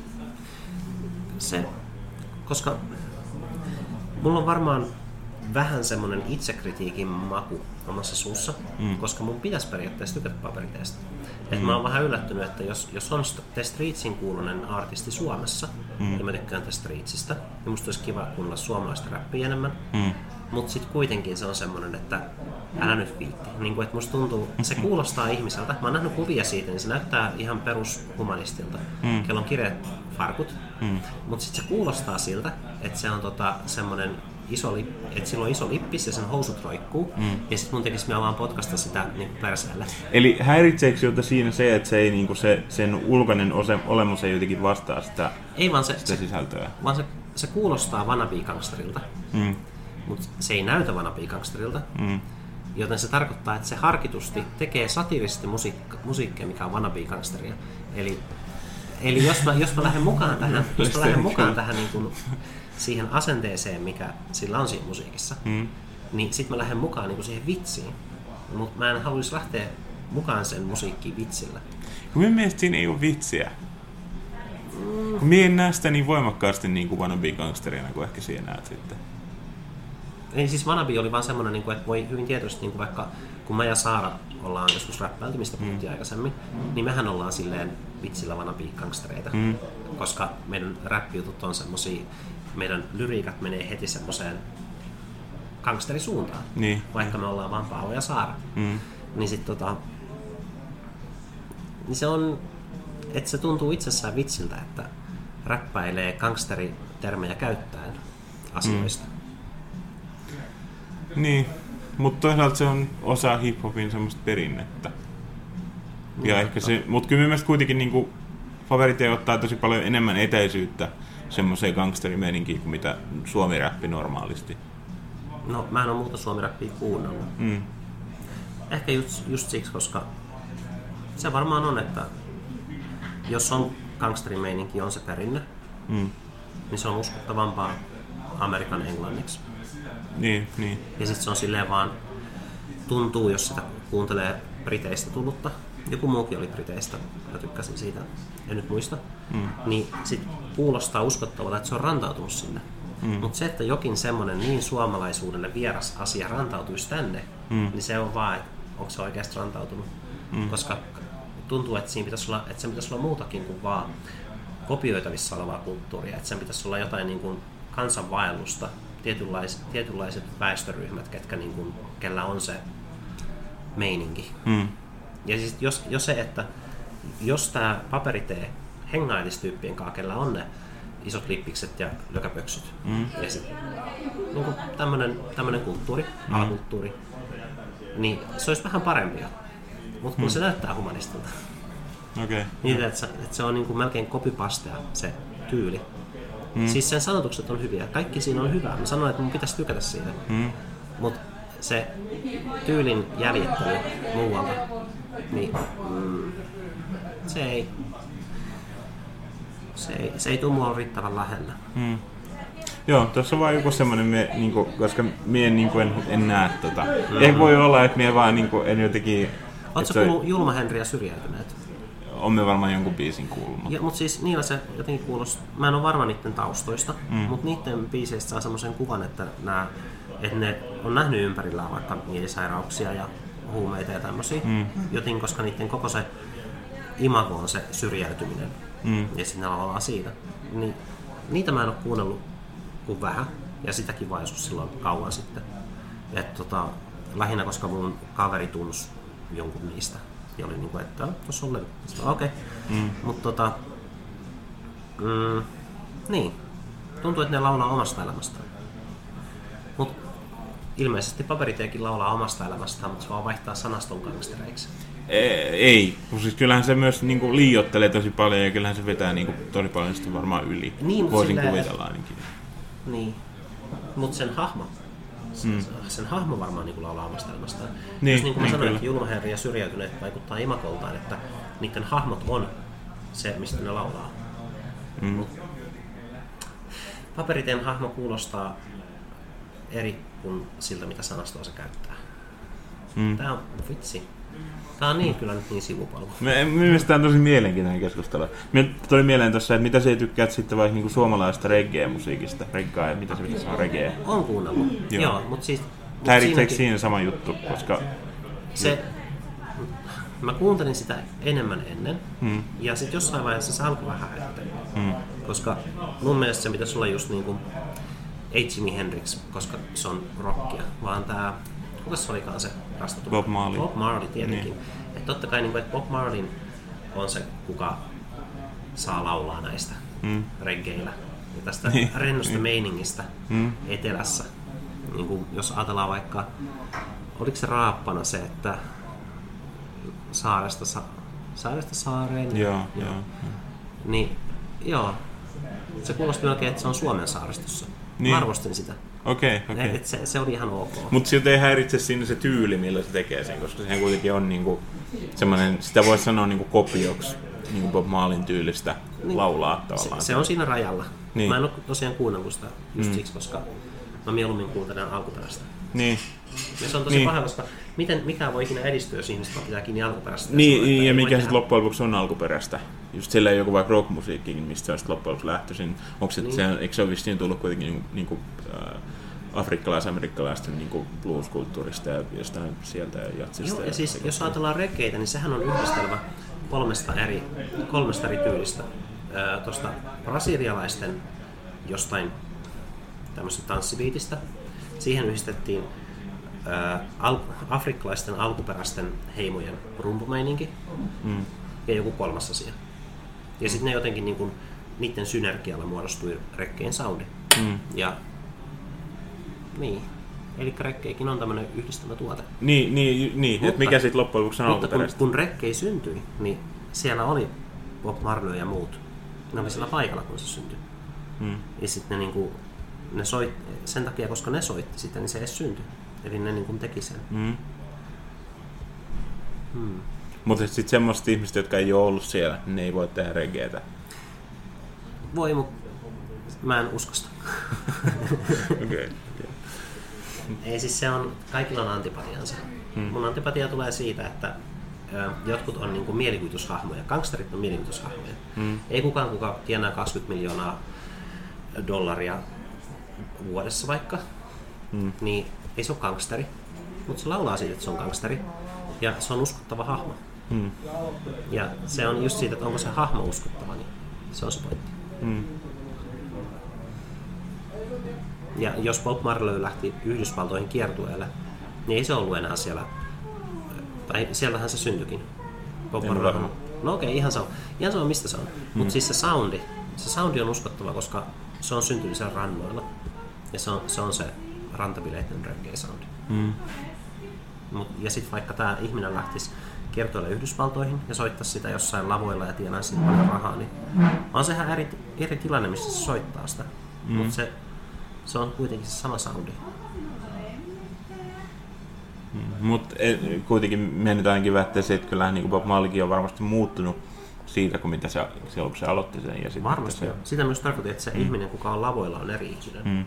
Se, koska mulla on varmaan vähän semmoinen itsekritiikin maku omassa suussa, mm. koska mun pitäisi periaatteessa tykätä paperiteestä. Mm. Et mä oon vähän yllättynyt, että jos, jos on The Streetsin kuulunen artisti Suomessa, mm. ja mä tykkään The Streetsistä, niin musta olisi kiva kuunnella suomalaista räppiä enemmän. Mm. Mutta sitten kuitenkin se on semmoinen, että älä nyt viitti. Niin kuin, että musta tuntuu, se kuulostaa ihmiseltä. Mä oon nähnyt kuvia siitä, niin se näyttää ihan perushumanistilta. Mm. Kello on kireet farkut. Mm. Mutta sitten se kuulostaa siltä, että se on tota, semmoinen iso lippi, että sillä on iso lippis ja sen housut roikkuu. Mm. Ja sitten mun tekisi mieleen vaan podcasta sitä niin perseellä. Eli häiritseekö sinulta siinä se, että se ei, niin kuin se, sen ulkoinen ose, olemus ei jotenkin vastaa sitä, ei vaan se, sitä sisältöä? Se, vaan se, se kuulostaa wannabe-gangsterilta. Mm. Mutta se ei näytä wannabe-gangsterilta, mm. joten se tarkoittaa, että se harkitusti tekee satiirisesti musiikka, musiikkia, mikä on wannabe-gangsteria. Eli, eli jos mä, jos mä lähden mukaan tähän, jos mä lähden mukaan tähän niin kuin siihen asenteeseen, mikä sillä on siinä musiikissa, mm. niin sit mä lähden mukaan niin kuin siihen vitsiin. Mutta mä en haluaisi lähteä mukaan sen musiikkiin vitsillä. Kun minun mielestä siinä ei ole vitsiä. Mm. Kun minä en näe sitä niin voimakkaasti niin kuin wannabe-gangsterina kuin ehkä siinä näet sitten. Ei, siis wannabe oli vaan semmoinen, että voi hyvin tietoisesti, niin vaikka kun mä ja Saara ollaan joskus räppäilty, mistä puhuttiin mm. aikaisemmin, niin mehän ollaan silleen vitsillä wannabe-gangstereita, mm. koska meidän räppijutut on semmosia, meidän lyriikat menee heti semmoiseen gangsterisuuntaan, niin. Vaikka me ollaan vaan Paavo ja Saara. Mm. Niin sit tota, niin se on, että se tuntuu itsessään vitsiltä, että räppäilee gangsteritermejä käyttäen asioista. Mm. Niin, mutta toisaalta se on osa hip-hopin semmoista perinnettä. Ja no, ehkä se, mutta kyllä mielestäni kuitenkin niinku Favorite ottaa tosi paljon enemmän etäisyyttä semmoiseen gangsterimeininkiin kuin mitä suomi-räppi normaalisti. No, mä en ole muuta suomi-räppiä kuunnellut. Mm. Ehkä just, just siksi, koska se varmaan on, että jos on gangsterimeininki on se perinne, mm. niin se on uskottavampaa Amerikan englanniksi. Niin, niin. Ja sit se on silleen vaan, tuntuu, jos sitä kuuntelee Briteistä tullutta, joku muukin oli Briteistä, mä tykkäsin siitä, en nyt muista, mm. niin sit kuulostaa uskottavalta, että se on rantautunut sinne. Mm. Mutta se, että jokin semmonen niin suomalaisuudelle vieras asia rantautuisi tänne, mm. niin se on vaan, että onko se oikeasti rantautunut. Mm. Koska tuntuu, että siinä pitäisi olla, että sen pitäisi olla muutakin kuin vaan kopioitavissa olevaa kulttuuria, että sen pitäisi olla jotain niin kuin kansanvaellusta, tietynlaiset, tietynlaiset väestöryhmät, ketkä niin kuin, kellä on se meininki. Mm. Ja siis jos, jos se, että jos tämä paperitee hengailisi tyyppien kanssa, kellä on ne isot lippikset ja lökäpöksyt, mm. ja sit, niin kuin tämmönen, tämmönen kulttuuri, mm. alakulttuuri, niin se olisi vähän parempia. Mutta kun mm. se näyttää humanistilta. Okay. Niin, että se, että se on niin kuin melkein copypastea se tyyli. Mm. Siis sen sanotukset on hyviä. Kaikki siinä on hyvää. Mä sanoin, että mun pitäisi tykätä siitä. Mm. Mutta se tyylin jäljittely muualta, niin mm, se ei, se ei, se ei tule mua riittävän lähellä. Mm. Joo, tuossa on vaan joku semmoinen, niinku, koska mie niinku en, en näe tota. Mm. Ehkä voi olla, että mie vaan niinku, en jotenkin... Oletko sä kuullut Julma Henry ja Syrjäytyneet? On me varmaan jonkun biisin kuullut. Ja, mutta siis niillä se jotenkin kuulostaa, mä en ole varma niiden taustoista, mm. mutta niiden biiseistä saa semmoisen kuvan, että, nää, että ne on nähnyt ympärillään vaikka mielisairauksia ja huumeita ja tämmöisiä, mm. joten koska niiden koko se imago on se syrjäytyminen, mm. ja sitten ne laulaa siitä, niin niitä mä en oo kuunnellut kuin vähän, ja sitäkin vaan joskus silloin kauan sitten. Et tota, lähinnä koska mun kaveri tunsi jonkun niistä. Ja oli niinku, että tuossa on levy. Okei. Okay. Mm. Mut tota... Mm, niin. Tuntuu, että ne laulaa omasta elämästään. Mut ilmeisesti Paperitiekin laulaa omasta elämästään, mutta se vaan vaihtaa sanaston gangstereiksi. Ei, siis kyllähän se myös niinku liioittelee tosi paljon ja kyllähän se vetää niinku tosi paljon sitten varmaan yli. Niin, voisin silleen, kuvitella ainakin. Niin, mutta sen hahmo, mm. sen hahmo varmaan niinku laulaa omasta elämästään. Niin, Just niin kuin mä niin sanoin, kyllä. että Julmaherri ja Syrjäytyneet vaikuttaa imakoltaan, että niiden hahmot on se, mistä ne laulaa. Mm. Paperiteen hahmo kuulostaa eri kuin siltä, mitä sanastoa se käyttää. Mm. Tää on vitsi. Tää on niin kyllä nyt niin sivupalvo. Mielestäni tämä on tosi mielenkiintoinen keskustelu. Minä tuli mieleen tuossa, että mitä sä tykkäät sitten vaikka niinku suomalaisesta reggae-musiikista? Reggae, mitä se pitäisi sanoa reggae? On kuunnellut, joo, joo mutta siis... Häiritseekö siinä sama juttu, koska... Se... Mä kuuntelin sitä enemmän ennen, hmm. ja sitten jossain vaiheessa se alkoi vähän häiritellä. Hmm. Koska mun mielestä se pitäisi olla just niinku... Ei Jimi Hendrix, koska se on rockia, vaan tää... Kuka se olikaan se rastatu? Bob Marley. Bob Marley tietenkin. Niin. Että totta kai niinku, että Bob Marley on se, kuka saa laulaa näistä mm. reggaillä. Ja tästä niin. rennosta niin. meiningistä mm. etelässä. Niinku, jos ajatellaan vaikka, oliko se raappana se, että saaresta, sa- saaresta saareen? Joo, joo. joo. Niin, joo. Se kuulosti melkein, että se on Suomen saaristossa. Niin. Mä arvostin sitä. Okei, okay, okei. Okay. Se, se oli ihan ok. Mutta siltä ei häiritse siinä se tyyli, millä se tekee sen, koska sehän kuitenkin on niinku semmoinen, sitä voisi sanoa niinku kopioksi niinku Bob Marleyn tyylistä niin, laulaa tavallaan. Se, se on siinä rajalla. Niin. Mä en ole tosiaan kuunnellut sitä just mm. siksi, koska mä mieluummin kuuntelen alkuperäistä. Niin. Ja se on tosi niin. paha, koska miten, mikä voi ikinä edistyä, jos ihmiset pitää kiinni alkuperäistä. Niin, sanoo, ja mikä sitten loppujen lopuksi on alkuperäistä. Just sillä joku vaikka rockmusiikkikin, mistä se on sitten loppujen lopuksi lähtöisin. Onko se, niin. se, eikö se ole vissiin tullut kuitenkin niinku, niinku äh, afrikkalais-amerikkalaisten niinku blues-kulttuurista ja jostain sieltä ja jatsista. Joo, ja, ja siis jos ajatellaan reggaeitä, niin sehän on yhdistelmä kolmesta eri, kolmesta eri tyylistä. Öö, Tuosta brasilialaisten jostain tämmöisestä tanssibiitistä. Siihen yhdistettiin öö, al- afrikkalaisten alkuperäisten heimojen rumpumeininki mm. ja joku kolmas asia. Ja sitten ne jotenkin niinku, niiden synergialla muodostui reggeen soundi. Mm. Ja niin. Eli reggeikin on tämmöinen yhdistelmätuote. Niin, niin, niin. että mikä sitten loppujen lopuksi on alkuperäistä. Kun, kun reggei syntyi, niin siellä oli Bob Marley ja muut. Ne oli siellä paikalla, kun se syntyi. Hmm. Ja sitten ne, niinku, ne soitti, sen takia, koska ne soitti sitä, niin se edes syntyi. Eli ne niinku teki sen. Hmm. Hmm. Mutta sitten semmoiset ihmiset, jotka ei ole ollut siellä, ne ei voi tehdä reggaetä. Voi, mutta mä en usko sitä. Okei. Okay. Ei siis se on, kaikilla on antipatiansa. Hmm. Mun antipatia tulee siitä, että ö, jotkut on niinku mielikuvitushahmoja, gangsterit on mielikuvitushahmoja. Hmm. Ei kukaan, kuka tienaa kaksikymmentä miljoonaa dollaria vuodessa vaikka, hmm. niin ei se ole gangsteri, mutta se laulaa siitä, että se on gangsteri ja se on uskottava hahmo. Hmm. Ja se on just siitä, että onko se hahmo uskottava, niin se on se pointti. Hmm. Ja jos Bob Marley lähti Yhdysvaltoihin kiertueelle, niin ei se ollut enää siellä. Tai sieltähän se syntyikin. Bob Marley on. No okei, okay, ihan sama. Ihan sama mistä se on. Mm. Mutta siis se soundi, se soundi on uskottava, koska se on syntynyt siellä rannoilla. Ja se on se, on se rantabileiden reggae soundi. Mm. Mut, ja sitten vaikka tämä ihminen lähtisi kiertueelle Yhdysvaltoihin ja soittaisi sitä jossain lavoilla ja tienaisi siitä paljon rahaa, niin on sehän eri, eri tilanne, missä se soittaa sitä. Mm. Mutta se Se on kuitenkin se sama soundi. Mutta kuitenkin me nyt ainakin väittäisiin, että kyllähän niin Bob Marleykin on varmasti muuttunut siitä, kuin mitä se, silloin kun se aloitti sen. Ja varmasti se... Sitä myös tarkoitin, että se mm. ihminen, kuka on lavoilla, on eri ihminen. Mm.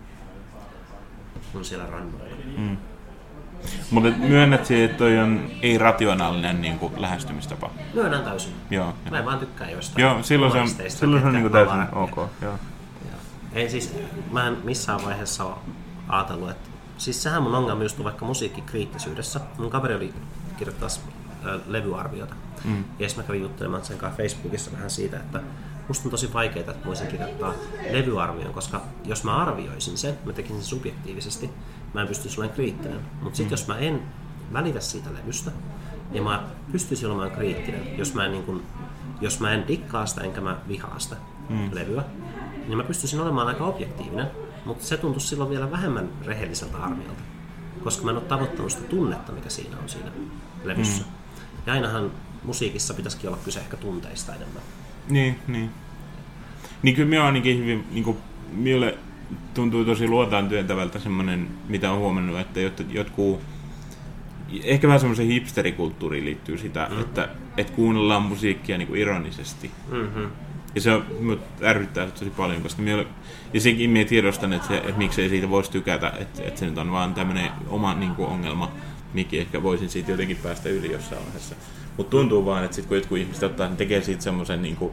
On siellä rannoilla. Mm. Mutta myönnät siihen, että toi on ei-rationaalinen niin kuin lähestymistapa. Myönnän täysin. Joo, Mä en vaan tykkää jostain. Joo, silloin se on, silloin se on niin kuin täysin ok. Joo. Ei siis, mä en missään vaiheessa ole ajatellut, että... Siis sehän mun ongelma just vaikka musiikkikriittisyydessä. Mun kaveri oli kirjoittamassa äh, levyarviota. Mm. Ja mä kävin juttelemaan sen kanssa Facebookissa vähän siitä, että musta on tosi vaikeaa, että voisin kirjoittaa levyarvion, koska jos mä arvioisin sen, mä tekisin sen subjektiivisesti, mä en pystyisi olemaan kriittinen. Mutta sitten mm. jos mä en välitä siitä levystä, ja mä pystyisin olemaan kriittinen, jos mä en, niin kun, jos mä en dikkaa sitä enkä mä vihaa sitä mm. levyä, niin mä pystyisin olemaan aika objektiivinen, mutta se tuntuisi silloin vielä vähemmän rehelliseltä arviolta, koska mä en ole tavoittanut sitä tunnetta, mikä siinä on siinä levyssä. Mm. Ja ainahan musiikissa pitäisikin olla kyse ehkä tunteista enemmän. Niin, niin. Niin kyllä minä ainakin hyvin, niin kuin, minulle tuntuu tosi luotaan työntävältä semmoinen, mitä on huomannut, että jotkut, ehkä vähän semmoisen hipsterikulttuuriin liittyy sitä, mm. että, että kuunnellaan musiikkia niin kuin ironisesti. Mm-hmm. Ja se on, minut ärsyttää tosi paljon, koska minä, ja senkin minä tiedostan, että, se, että miksei siitä voisi tykätä, että, että se nyt on vaan tämmöinen oma niin kuin ongelma, mikä ehkä voisin siitä jotenkin päästä yli jossain vaiheessa. Mutta tuntuu vaan, että sit, kun jotkut ihmiset ottaa, niin tekee siitä semmoisen, niin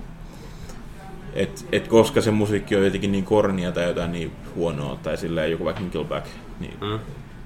että et koska se musiikki on jotenkin niin kornia tai jotain niin huonoa, tai silleen joku vaikka Nickelback, niin, mm.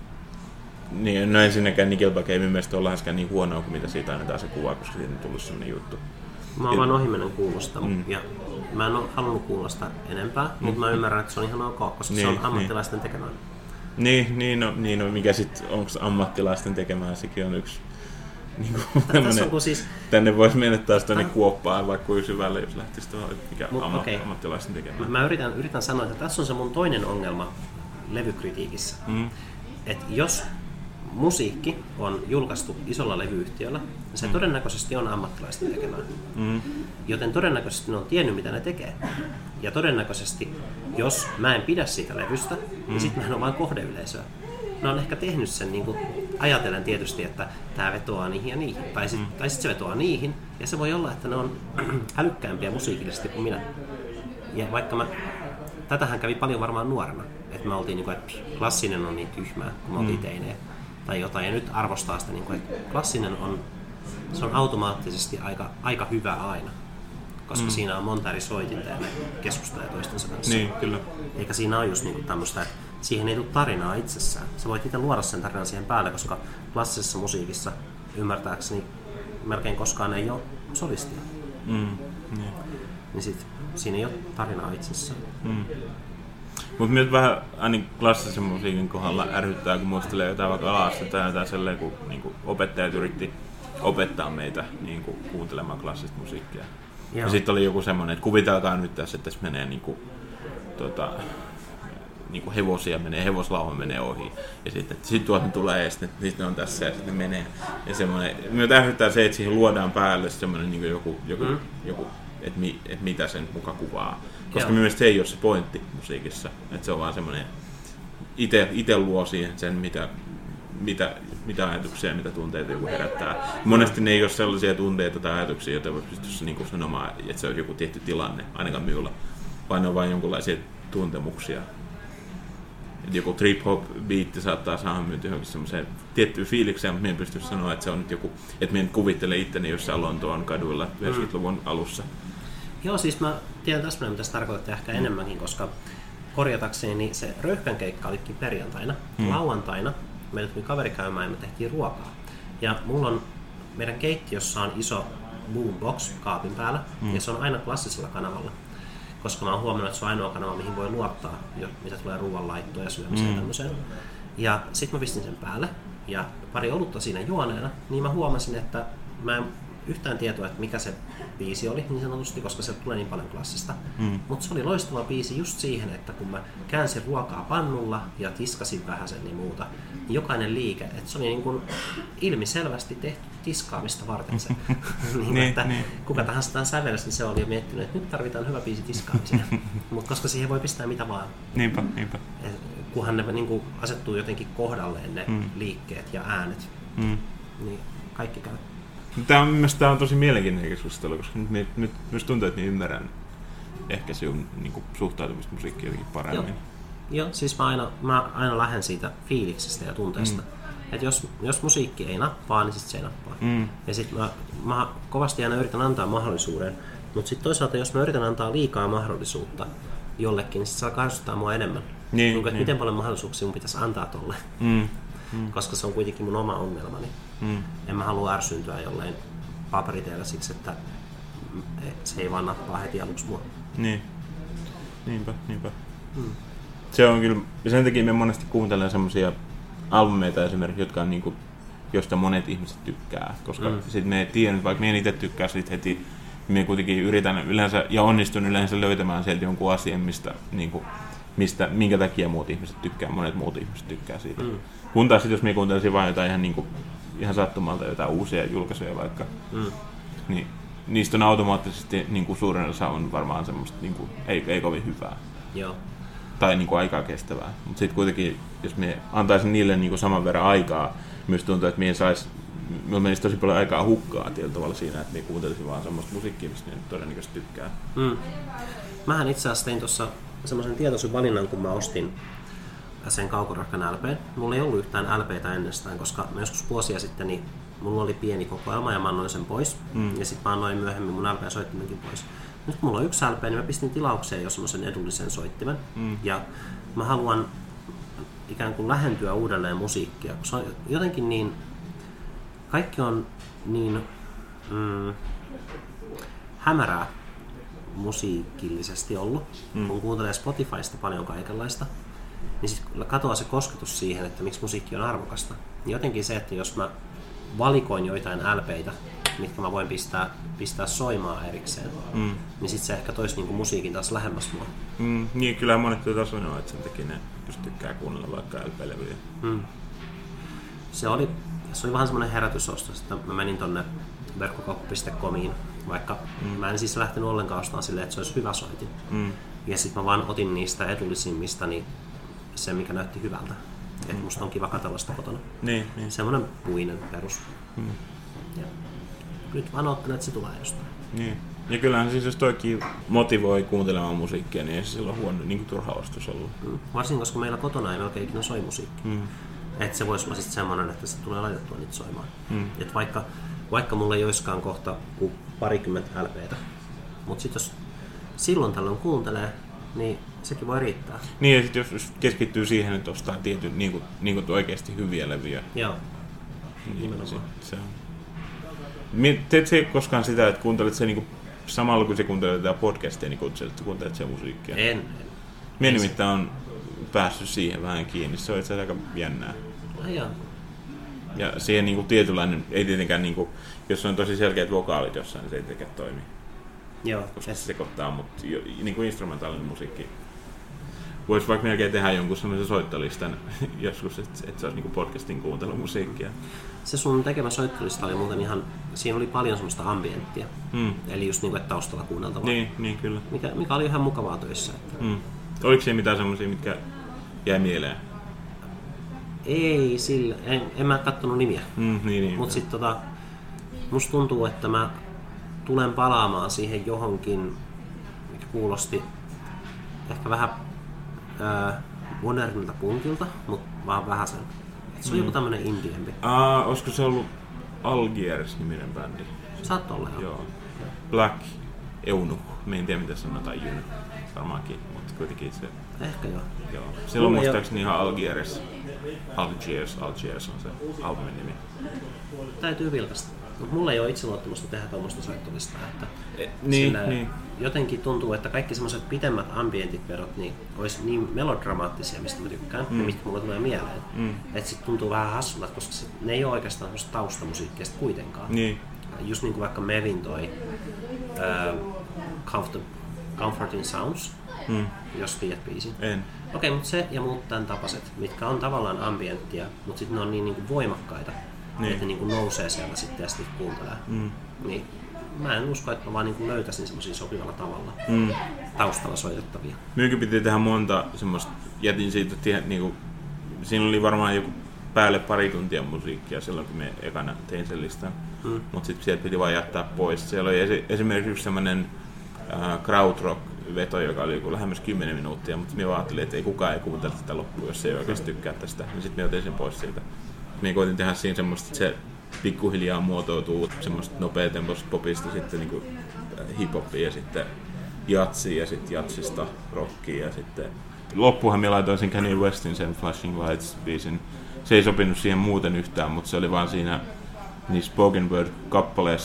niin no ensinnäkään Nickelback ei minun mielestä ole läheskään niin huonoa kuin mitä siitä annetaan se kuva, koska siitä on tullut semmoinen juttu. Mä oon vaan ohimennen kuullut sitä, mm. ja mä en ole halunnut kuulla sitä enempää, mm. mutta mä ymmärrän, että se on ihan ok, koska niin, se on ammattilaisten niin. tekemään. Niin, niin, no, niin no, mikä sitten, onko ammattilaisten tekemään, sekin on yksi. Niin kuin, siis, tänne voisi mennä taas tänne kuoppaan vaikka kuin syvälle, jos lähtisi tuohon, mikä on amma, okay. ammattilaisten tekemään. Mä yritän, yritän sanoa, että tässä on se mun toinen ongelma levykritiikissä. Mm. Että jos musiikki on julkaistu isolla levyyhtiöllä, niin se mm. todennäköisesti on ammattilaisten tekemään. Mm. Joten todennäköisesti ne on tiennyt, mitä ne tekee. Ja todennäköisesti, jos mä en pidä siitä levystä, mm. niin sit mä en ole vain kohdeyleisöä. Ne on ehkä tehnyt sen niin kuin ajatellen tietysti, että tämä vetoaa niihin ja niihin. Tai sitten mm. sit se vetoaa niihin, ja se voi olla, että ne on älykkäämpiä musiikillisesti kuin minä. Ja vaikka mä, tätähän kävi paljon varmaan nuorena, että me oltiin, niin kuin, että klassinen on niin tyhmää, kun me oltiin mm. teinejä tai jotain. Ja nyt arvostaa sitä, niin kuin, että klassinen on, se on automaattisesti aika, aika hyvä aina. Koska mm. siinä on monta eri soitinta ja ne keskustelee toistensa kanssa. Niin, kyllä. Eikä siinä ole just niinku tämmöistä, että siihen ei tule tarinaa itsessään. Sä voit itse luoda sen tarinan siihen päälle, koska klassisessa musiikissa ymmärtääkseni melkein koskaan ei ole solistia. Mm. Niin. Niin sit siinä ei ole tarinaa itsessään. Mm. Mutta nyt vähän aina klassisen musiikin kohdalla ärsyttää, kun muistelee jotain vaikka alasta tai jotain sellainen, kun niinku opettajat yritti opettaa meitä niinku kuuntelemaan klassista musiikkia. Joo. Ja sitten oli joku semmoinen, että kuvitelkaa nyt tässä, että tässä menee niinku, tota, niinku hevosia menee, hevoslauha menee ohi. Ja sitten sit tuolta tulee ja sitten ne on tässä ja sitten ne menee. Ja semmoinen, myös ärsyttää se, että siihen luodaan päälle semmoinen niinku joku, joku, mm. joku että mi, et mitä sen muka kuvaa. Koska mielestäni se ei ole se pointti musiikissa. Että se on vaan semmoinen, itse luo siihen sen, mitä, mitä, mitä ajatuksia ja mitä tunteita joku herättää. Monesti ne ei ole sellaisia tunteita tai ajatuksia, joita voisi pystyä niin sanomaan, että se on joku tietty tilanne, ainakaan minulla. Vaan ne on vain jonkinlaisia tuntemuksia. Et joku trip-hop-biitti saattaa saada minut johonkin semmoiseen tiettyyn fiilikseen, mutta minä en pysty sanoa, että se on nyt joku, että minä kuvittelen itteni jossain Lontoon kaduilla yhdeksänkymmentäluvun alussa. Joo, siis mä tiedän täsmälleen, mitä se tarkoittaa ehkä mm. enemmänkin, koska korjatakseni niin se Röyhkän keikka olikin perjantaina. Mm. Lauantaina meille tuli kaveri käymään ja me tehtiin ruokaa. Ja mulla on, meidän keittiössä on iso boombox kaapin päällä, mm. ja se on aina klassisella kanavalla. Koska mä oon huomannut, että se on ainoa kanava, mihin voi luottaa, mitä tulee ruoanlaittoon ja syömiseen mm. ja tämmöiseen. Ja sit mä pistin sen päälle, ja pari olutta siinä juoneena, niin mä huomasin, että mä en yhtään tietoa, että mikä se biisi oli niin sanotusti, koska se tulee niin paljon klassista. Mm. Mutta se oli loistava biisi just siihen, että kun mä käänsin ruokaa pannulla ja tiskasin vähän sen niin muuta, niin jokainen liike, että se oli niin kuin ilmiselvästi tehty tiskaamista varten se. niin, niin, että niin. Kuka tahansa tämän sävelsi, niin se oli jo miettinyt, että nyt tarvitaan hyvä biisi tiskaamiseen. Mutta koska siihen voi pistää mitä vaan. Niinpä, niinpä. Et, kunhan ne niin kuin asettuu jotenkin kohdalleen ne mm. liikkeet ja äänet, mm. niin kaikki käy. Tämä on, mielestäni tämä on tosi mielenkiintoinen keskustelu, koska nyt, nyt myös tuntuu, että ymmärrän ehkä sinun niin suhtautumista musiikkiin jotenkin paremmin. Joo, Joo siis mä aina, mä aina lähden siitä fiiliksestä ja tunteesta. Mm. Että jos, jos musiikki ei nappaa, niin sit se ei nappaa. Mm. Ja sit mä, mä kovasti aina yritän antaa mahdollisuuden, mutta sitten toisaalta jos mä yritän antaa liikaa mahdollisuutta jollekin, niin sit se alkaa ärsyttää mua enemmän. Niin, niin, niin. Miten paljon mahdollisuuksia mun pitäisi antaa tolle. Mm. Mm. Koska se on kuitenkin mun oma ongelmani. Mm. En mä halua ärsyntyä jollein paperiteellä siksi, että se ei vaan nappaa heti aluksi mua. Niin. Niinpä, niinpä. Hmm. Se on kyllä, ja sen takia me monesti kuuntelen semmosia albumeita esimerkiksi, jotka on niinku, josta monet ihmiset tykkää, koska mm. sit me ei tiedä, vaikka me en itse tykkää sit heti, me kuitenkin yritän yleensä ja onnistun yleensä löytämään sieltä jonkun asian, mistä, niinku, mistä, minkä takia muut ihmiset tykkää, monet muut ihmiset tykkää siitä. Mm. Kun taas sit, jos me kuuntelisin vain jotain ihan, niinku, ihan sattumalta jotain uusia julkaisuja vaikka, mm. niin niistä on automaattisesti niinku, suurin osa on varmaan semmoista niinku, ei, ei kovin hyvää. Joo. Tai niinku, aikaa kestävää. Mutta sitten kuitenkin, jos me antaisin niille niinku, saman verran aikaa, myös tuntuu, että meidän sais, meillä menisi tosi paljon aikaa hukkaa tietyllä tavalla siinä, että me kuuntelisin vaan semmoista musiikkia, mistä ne todennäköisesti tykkää. Mm. Mähän itse asiassa tein tuossa semmoisen tietoisen valinnan, kun mä ostin sen Kaukorahkan L P:n. Mulla ei ollut yhtään L P:tä ennestään, koska mä joskus vuosia sitten niin mulla oli pieni kokoelma ja mä annoin sen pois. Mm. Ja sitten mä annoin myöhemmin mun L P-soittimenkin pois. Nyt kun mulla on yksi L P, niin mä pistin tilaukseen jo semmoisen edullisen soittimen. Mm. Ja mä haluan ikään kuin lähentyä uudelleen musiikkia, kun se on jotenkin niin, kaikki on niin mm, hämärää musiikillisesti ollut, mm. kun kuuntelee Spotifysta paljon kaikenlaista, niin sitten katoaa se kosketus siihen, että miksi musiikki on arvokasta. Jotenkin se, että jos mä valikoin joitain L P:itä, mitkä mä voin pistää, pistää soimaan erikseen, mm. niin sitten se ehkä toisi niinku musiikin taas lähemmäs mua. Mm, niin, kyllä monet taas sanoo, että sen takia ne just tykkää kuunnella vaikka L P-levyjä. Mm. Se oli, se oli vähän semmoinen herätysostos, että mä menin tonne verkkokauppa piste comiin, vaikka mm. mä en siis lähtenyt ollenkaan ostamaan silleen, että se olisi hyvä soitin. Mm. Ja sitten mä vaan otin niistä edullisimmista niin se, mikä näytti hyvältä. Mm. Että musta on kiva katsella sitä kotona. Niin, niin. Semmoinen puinen perus. Mm. Ja nyt vaan ottelen, että se tulee jostain. Niin. Ja kyllähän siis jos toikin motivoi kuuntelemaan musiikkia, niin ei se silloin huono niin kuin turha ostos ollut. Mm. Varsinkin koska meillä kotona ei melkein ikinä soi musiikki. Mm. Että se voisi olla sitten semmoinen, että se tulee laitettua niitä soimaan. Mm. Et vaikka, vaikka mulla ei olisikaan kohta kuin parikymmentä L P:tä, mutta sitten jos silloin tällöin kuuntelee, niin sekin voi riittää. Niin, ja sitten jos keskittyy siihen, että ostaa tietyn niin kuin, niin kuin oikeasti hyviä levyjä. Joo. Niin, se, se on. Teet se koskaan sitä, että kuuntelet se niin kuin, samalla kun sä kuuntelet tätä podcastia, niin kuuntelet se musiikkia? En. en. Minä nimittäin on päässyt siihen vähän kiinni. Se on itse asiassa aika jännää. Ah, joo. Ja siihen niin kuin, tietynlainen, ei tietenkään, niin kuin, jos on tosi selkeät vokaalit jossain, niin se ei tietenkään toimi. Joo. Koska se sekoittaa, mutta jo, niin kuin instrumentaalinen musiikki. Voisi vaikka melkein tehdä jonkun sellaisen soittolistan joskus, että, että se olisi niin kuin podcastin kuuntelumusiikkia. Se sun tekemä soittolista oli muuten ihan, siinä oli paljon semmoista ambienttia. Mm. Eli just niin kuin, että taustalla kuunneltavaa. Niin, niin kyllä. Mikä, mikä oli ihan mukavaa töissä. Että... Mm. Oliko siellä mitään semmoisia, mitkä jäi mieleen? Ei sillä, en, en mä kattonut nimiä. Mm, niin, niin, mutta sitten tota, musta tuntuu, että mä tulen palaamaan siihen johonkin, mikä kuulosti ehkä vähän äh, modernilta punkilta, mutta vaan vähän sen. Se on mm. joku tämmönen indiempi. Aa, olisiko se ollut Algiers-niminen bändi? Saattaa olla, joo. joo. Black Eunuch. Mä en tiedä mitä sanotaan Eunuch. Varmaankin, mutta kuitenkin se... Ehkä joo. joo. Silloin muistaakseni ihan Algiers. Algiers, Algiers on se albumin nimi. Täytyy vilkaista. Mulla ei ole itseluottamusta tehdä tuommoista soittolistaa. Että e, niin, niin. Jotenkin tuntuu, että kaikki semmoiset pitemmät ambientit verot niin olisi niin melodramaattisia, mistä mä tykkään, mm. ja mistä mulle tulee mieleen. Mm. Että sit tuntuu vähän hassulta, koska sit, ne ei ole oikeastaan semmoista taustamusiikkia kuitenkaan. Niin. Just niin kuin vaikka Mevin toi uh, Comfort, Comforting Sounds, mm. jos tiedät biisin. En. Okei, okay, mutta se ja muut tämän tapaset, mitkä on tavallaan ambienttia, mutta sitten ne on niin, niin kuin voimakkaita, niin. että ne niin kuin nousee sieltä sitten ja sitten kuuntelee. Mm. Niin mä en usko, että mä vaan niin kuin löytäisin semmosia sopivalla tavalla mm. taustalla soitettavia. Minunkin piti tehdä monta semmoista, jätin siitä, että niin kuin, siinä oli varmaan joku päälle pari tuntia musiikkia silloin, kun me ekana tein sen listan. Mm. Mutta sitten sieltä piti vaan jättää pois. Siellä oli esi- esimerkiksi yksi semmoinen äh, krautrock-veto, joka oli joku lähemmäs kymmenen minuuttia, mutta minä ajattelin, että ei kukaan ei kuuntele sitä loppuun, jos ei oikeasti tykkää tästä. Ja sitten minä otin sen pois siitä. Minä koitin tehdä siinä semmoista, että se pikkuhiljaa muotoutuu semmoista nopeatempoista popista sitten niin kuin hip-hopia ja sitten jatsia ja sitten jatsista rockia ja sitten loppuhan minä laitoin sen Kanye Westin sen Flashing Lights-biisin. Se ei sopinut siihen muuten yhtään, mutta se oli vaan siinä niin spoken word-kappaleessa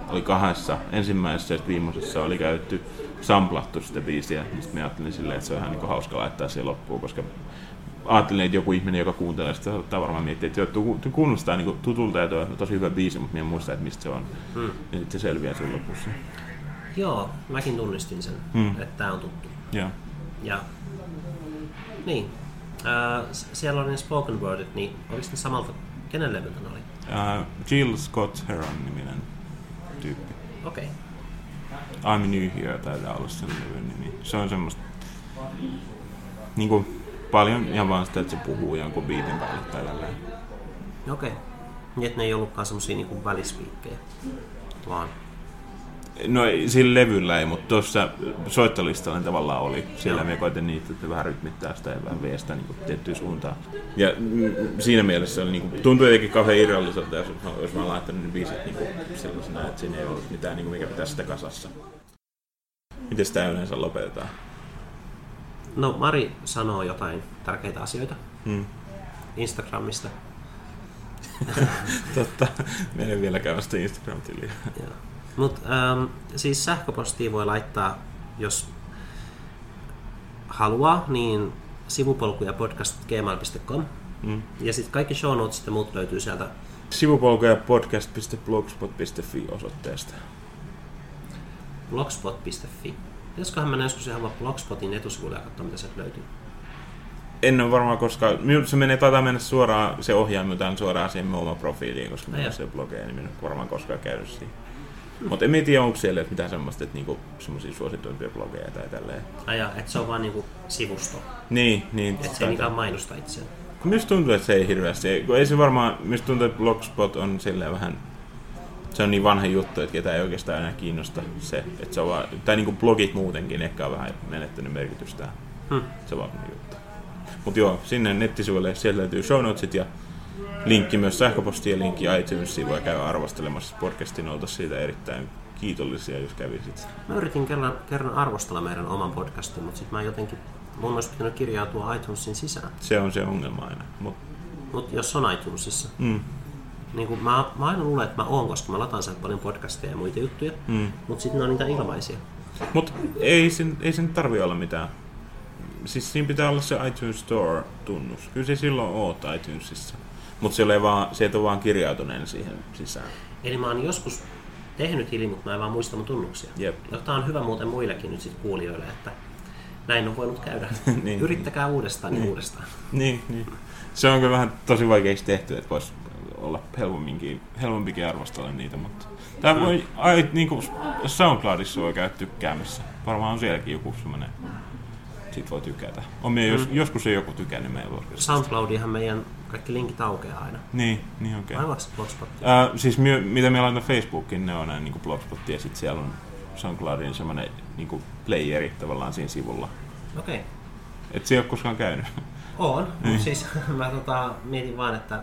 oli kahdessa. Ensimmäisessä ja viimeisessä oli käytetty samplattu sitä biisiä. Sitten mä ajattelin silleen, että se on ihan niin hauska laittaa siihen loppuun, koska ajattelin, että joku ihminen, joka kuuntelee sitä, saattaa varmaan miettiä, että joo, kuulostaa niin tutulta ja tuo on tosi hyvä biisi, mutta minä en muista, että mistä se on. Hmm. Ja sitten se selviää sen lopussa. Joo, mäkin tunnistin sen, hmm. että tää on tuttu. Yeah. Ja niin, äh, siellä oli ne spoken wordit, niin oliko ne samalta, kenen levyltä ne oli? Uh, Jill Scott Heron niminen tyyppi. Okei. Okay. I'm New Here taitaa olla sen levyn nimi. Se on semmoista niinku paljon ihan vaan sitä, että se puhuu jonkun biitin päälle tai tälleen. Okei. Okay. Niin, että ne ei ollutkaan semmosia niinku välispiikkejä, vaan... No sillä levyllä ei, mutta tuossa soittolistalla tavallaan oli. Siellä me koitin niitä, että vähän rytmittää sitä ja vähän vie sitä niin tiettyä suuntaan. Ja mm, siinä mielessä oli, niin kuin, tuntui jotenkin kauhean irralliselta, jos, jos mä oon laittanut ne biisit niin sellaisena, että siinä ei ollut mitään, niin kuin, mikä pitää sitä kasassa. Miten sitä yleensä lopetetaan? No Mari sanoo jotain tärkeitä asioita hmm. Instagramista. Totta, meillä ei vielä käy sitä Instagram-tiliä. Mutta ähm, siis sähköpostia voi laittaa, jos haluaa, niin sivupolkuja podcast piste gmail piste com. Mm. Ja sitten kaikki show notes ja muut löytyy sieltä. Sivupolkuja podcast piste blogspot piste fi osoitteesta. blogspot piste fi. Pitäisiköhän mennä joskus ihan Blogspotin etusivulle ja katsoa, mitä sieltä löytyy? En ole varmaan, koska se menee, taitaa mennä suoraan, se ohjaamme suoraan siihen mun oma profiiliin, koska minulla on se blogeja, niin minä en varmaan koskaan käynyt siihen. Mm. Mutta en tiedä, onko siellä mitään semmoista, että niinku semmoisia suosituimpia blogeja tai tälleen. Aja, että se on vaan niinku sivusto. Niin, niin. Että se ei niinkään mainosta itseään. Minusta tuntuu, että se ei hirveästi. Ei se varmaan, minusta tuntuu, että Blogspot on silleen vähän, se on niin vanha juttu, että ketään ei oikeastaan enää kiinnosta se, että se on vaan, tai niinku blogit muutenkin ehkä on vähän menettänyt merkitystään. Hmm. Se on vaan juttu. Mutta joo, sinne nettisivuille, siellä löytyy show notesit ja linkki myös sähköpostiin ja linkki iTunesiin, voi käydä arvostelemassa podcastin, oltaisiin siitä erittäin kiitollisia, jos kävisit. Mä yritin kerran, kerran arvostella meidän oman podcastin, mutta sitten mä jotenkin, mun olisi pitänyt kirjautua iTunesin sisään. Se on se ongelma aina. Mut, Mut jos on iTunesissa, mm. niin kun mä, mä aina luulen, että mä oon, koska mä lataan sieltä paljon podcasteja ja muita juttuja, mm. mutta sitten ne on niitä ilmaisia. Mutta ei sen, ei sen tarvitse olla mitään. Siis siinä pitää olla se iTunes Store-tunnus. Kyllä se silloin oot iTunesissa. Mutta se, se et ole vaan kirjautuneen siihen sisään. Eli mä oon joskus tehnyt hili, mutta mä en vaan muista mun tunnuksia. Jep. Jota on hyvä muuten muillekin nyt sit kuulijoille, että näin on voinut käydä. niin. Yrittäkää uudestaan niin, niin uudestaan. Niin, niin. Se on kyllä vähän tosi vaikeaksi tehty, että voisi olla helpomminkin, helpompikin arvostella niitä. Mutta tää mm. voi, ai, niin kuin SoundCloudissa voi käydä tykkäämässä. Varmaan on sielläkin joku semmoinen. Siitä voi tykätä. On mm. jos, joskus ei joku tykännyt meidän podcastista. SoundCloudihan meidän kaikki linkit aukeaa aina. Niin, niin okei. Okay. Vai Blogspot? Äh, siis my, mitä me laitan Facebookiin, ne on näin niin Blogspot ja sitten siellä on SoundCloudin semmoinen niin playeri tavallaan siinä sivulla. Okei. Okay. Et se ei ole koskaan käynyt. On, mutta siis mä tota, mietin vaan, että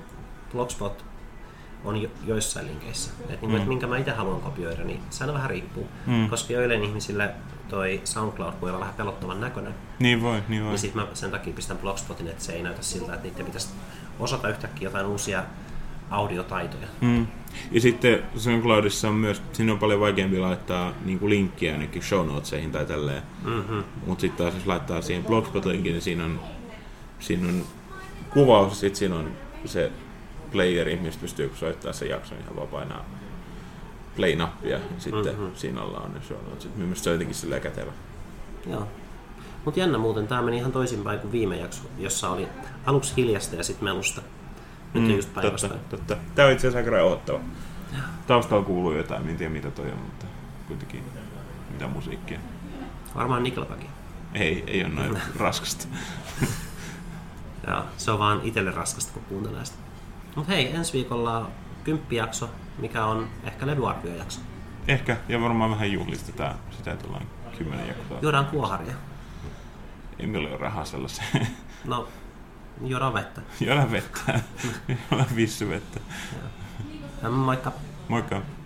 Blogspot on jo, joissain linkeissä. Et niin, mm. et minkä mä itse haluan kopioida, niin se aina vähän riippuu. Mm. Koska joillein ihmisille toi SoundCloud voi olla vähän pelottavan näköinen. Niin voi, niin voi. Ja sit mä sen takia pistän Blogspotin, että se ei näytä siltä, että niiden pitäisi osata yhtäkkiä jotain uusia audiotaitoja. Mm. Ja sitten SoundCloudissa on myös, siinä on paljon vaikeampi laittaa niinku linkkiä ainakin show notesihin tai tälleen. Mm-hmm. Mutta sitten taas jos laittaa siihen Blogspot-linkin, niin siinä on, siinä on kuvaus ja sitten siinä on se playeri, mistä pystyy soittaa sen jakson, ihan vaan painaa play-nappia ja sitten mm-hmm. siinä alla on ne show notesit. Mielestäni se on jotenkin silleen kätevä. Joo. Mut jännä muuten, tää meni ihan toisinpäin kuin viime jakso, jossa oli aluksi hiljasta ja sitten melusta. Nyt mm, on just päinvastoin. Totta, totta. Tää on itse asiassa aika rauhoittava. Taustalla kuuluu jotain, en tiedä mitä toi on, mutta kuitenkin mitä musiikkia. Varmaan Nickelbackia. Ei, ei ole noin raskasta. Ja se on vaan itselle raskasta, kun kuuntelee sitä. Mut hei, ensi viikolla kymppijakso, mikä on ehkä levyarviojakso. Ehkä, ja varmaan vähän juhlistetaan sitä, että ollaan kymmenen jaksoa. Juodaan kuoharia. Ei meillä ole rahaa sellaiseen. No, juodaan vettä. Juodaan vettä. Juodaan vissyvettä. Moikka. Moikka.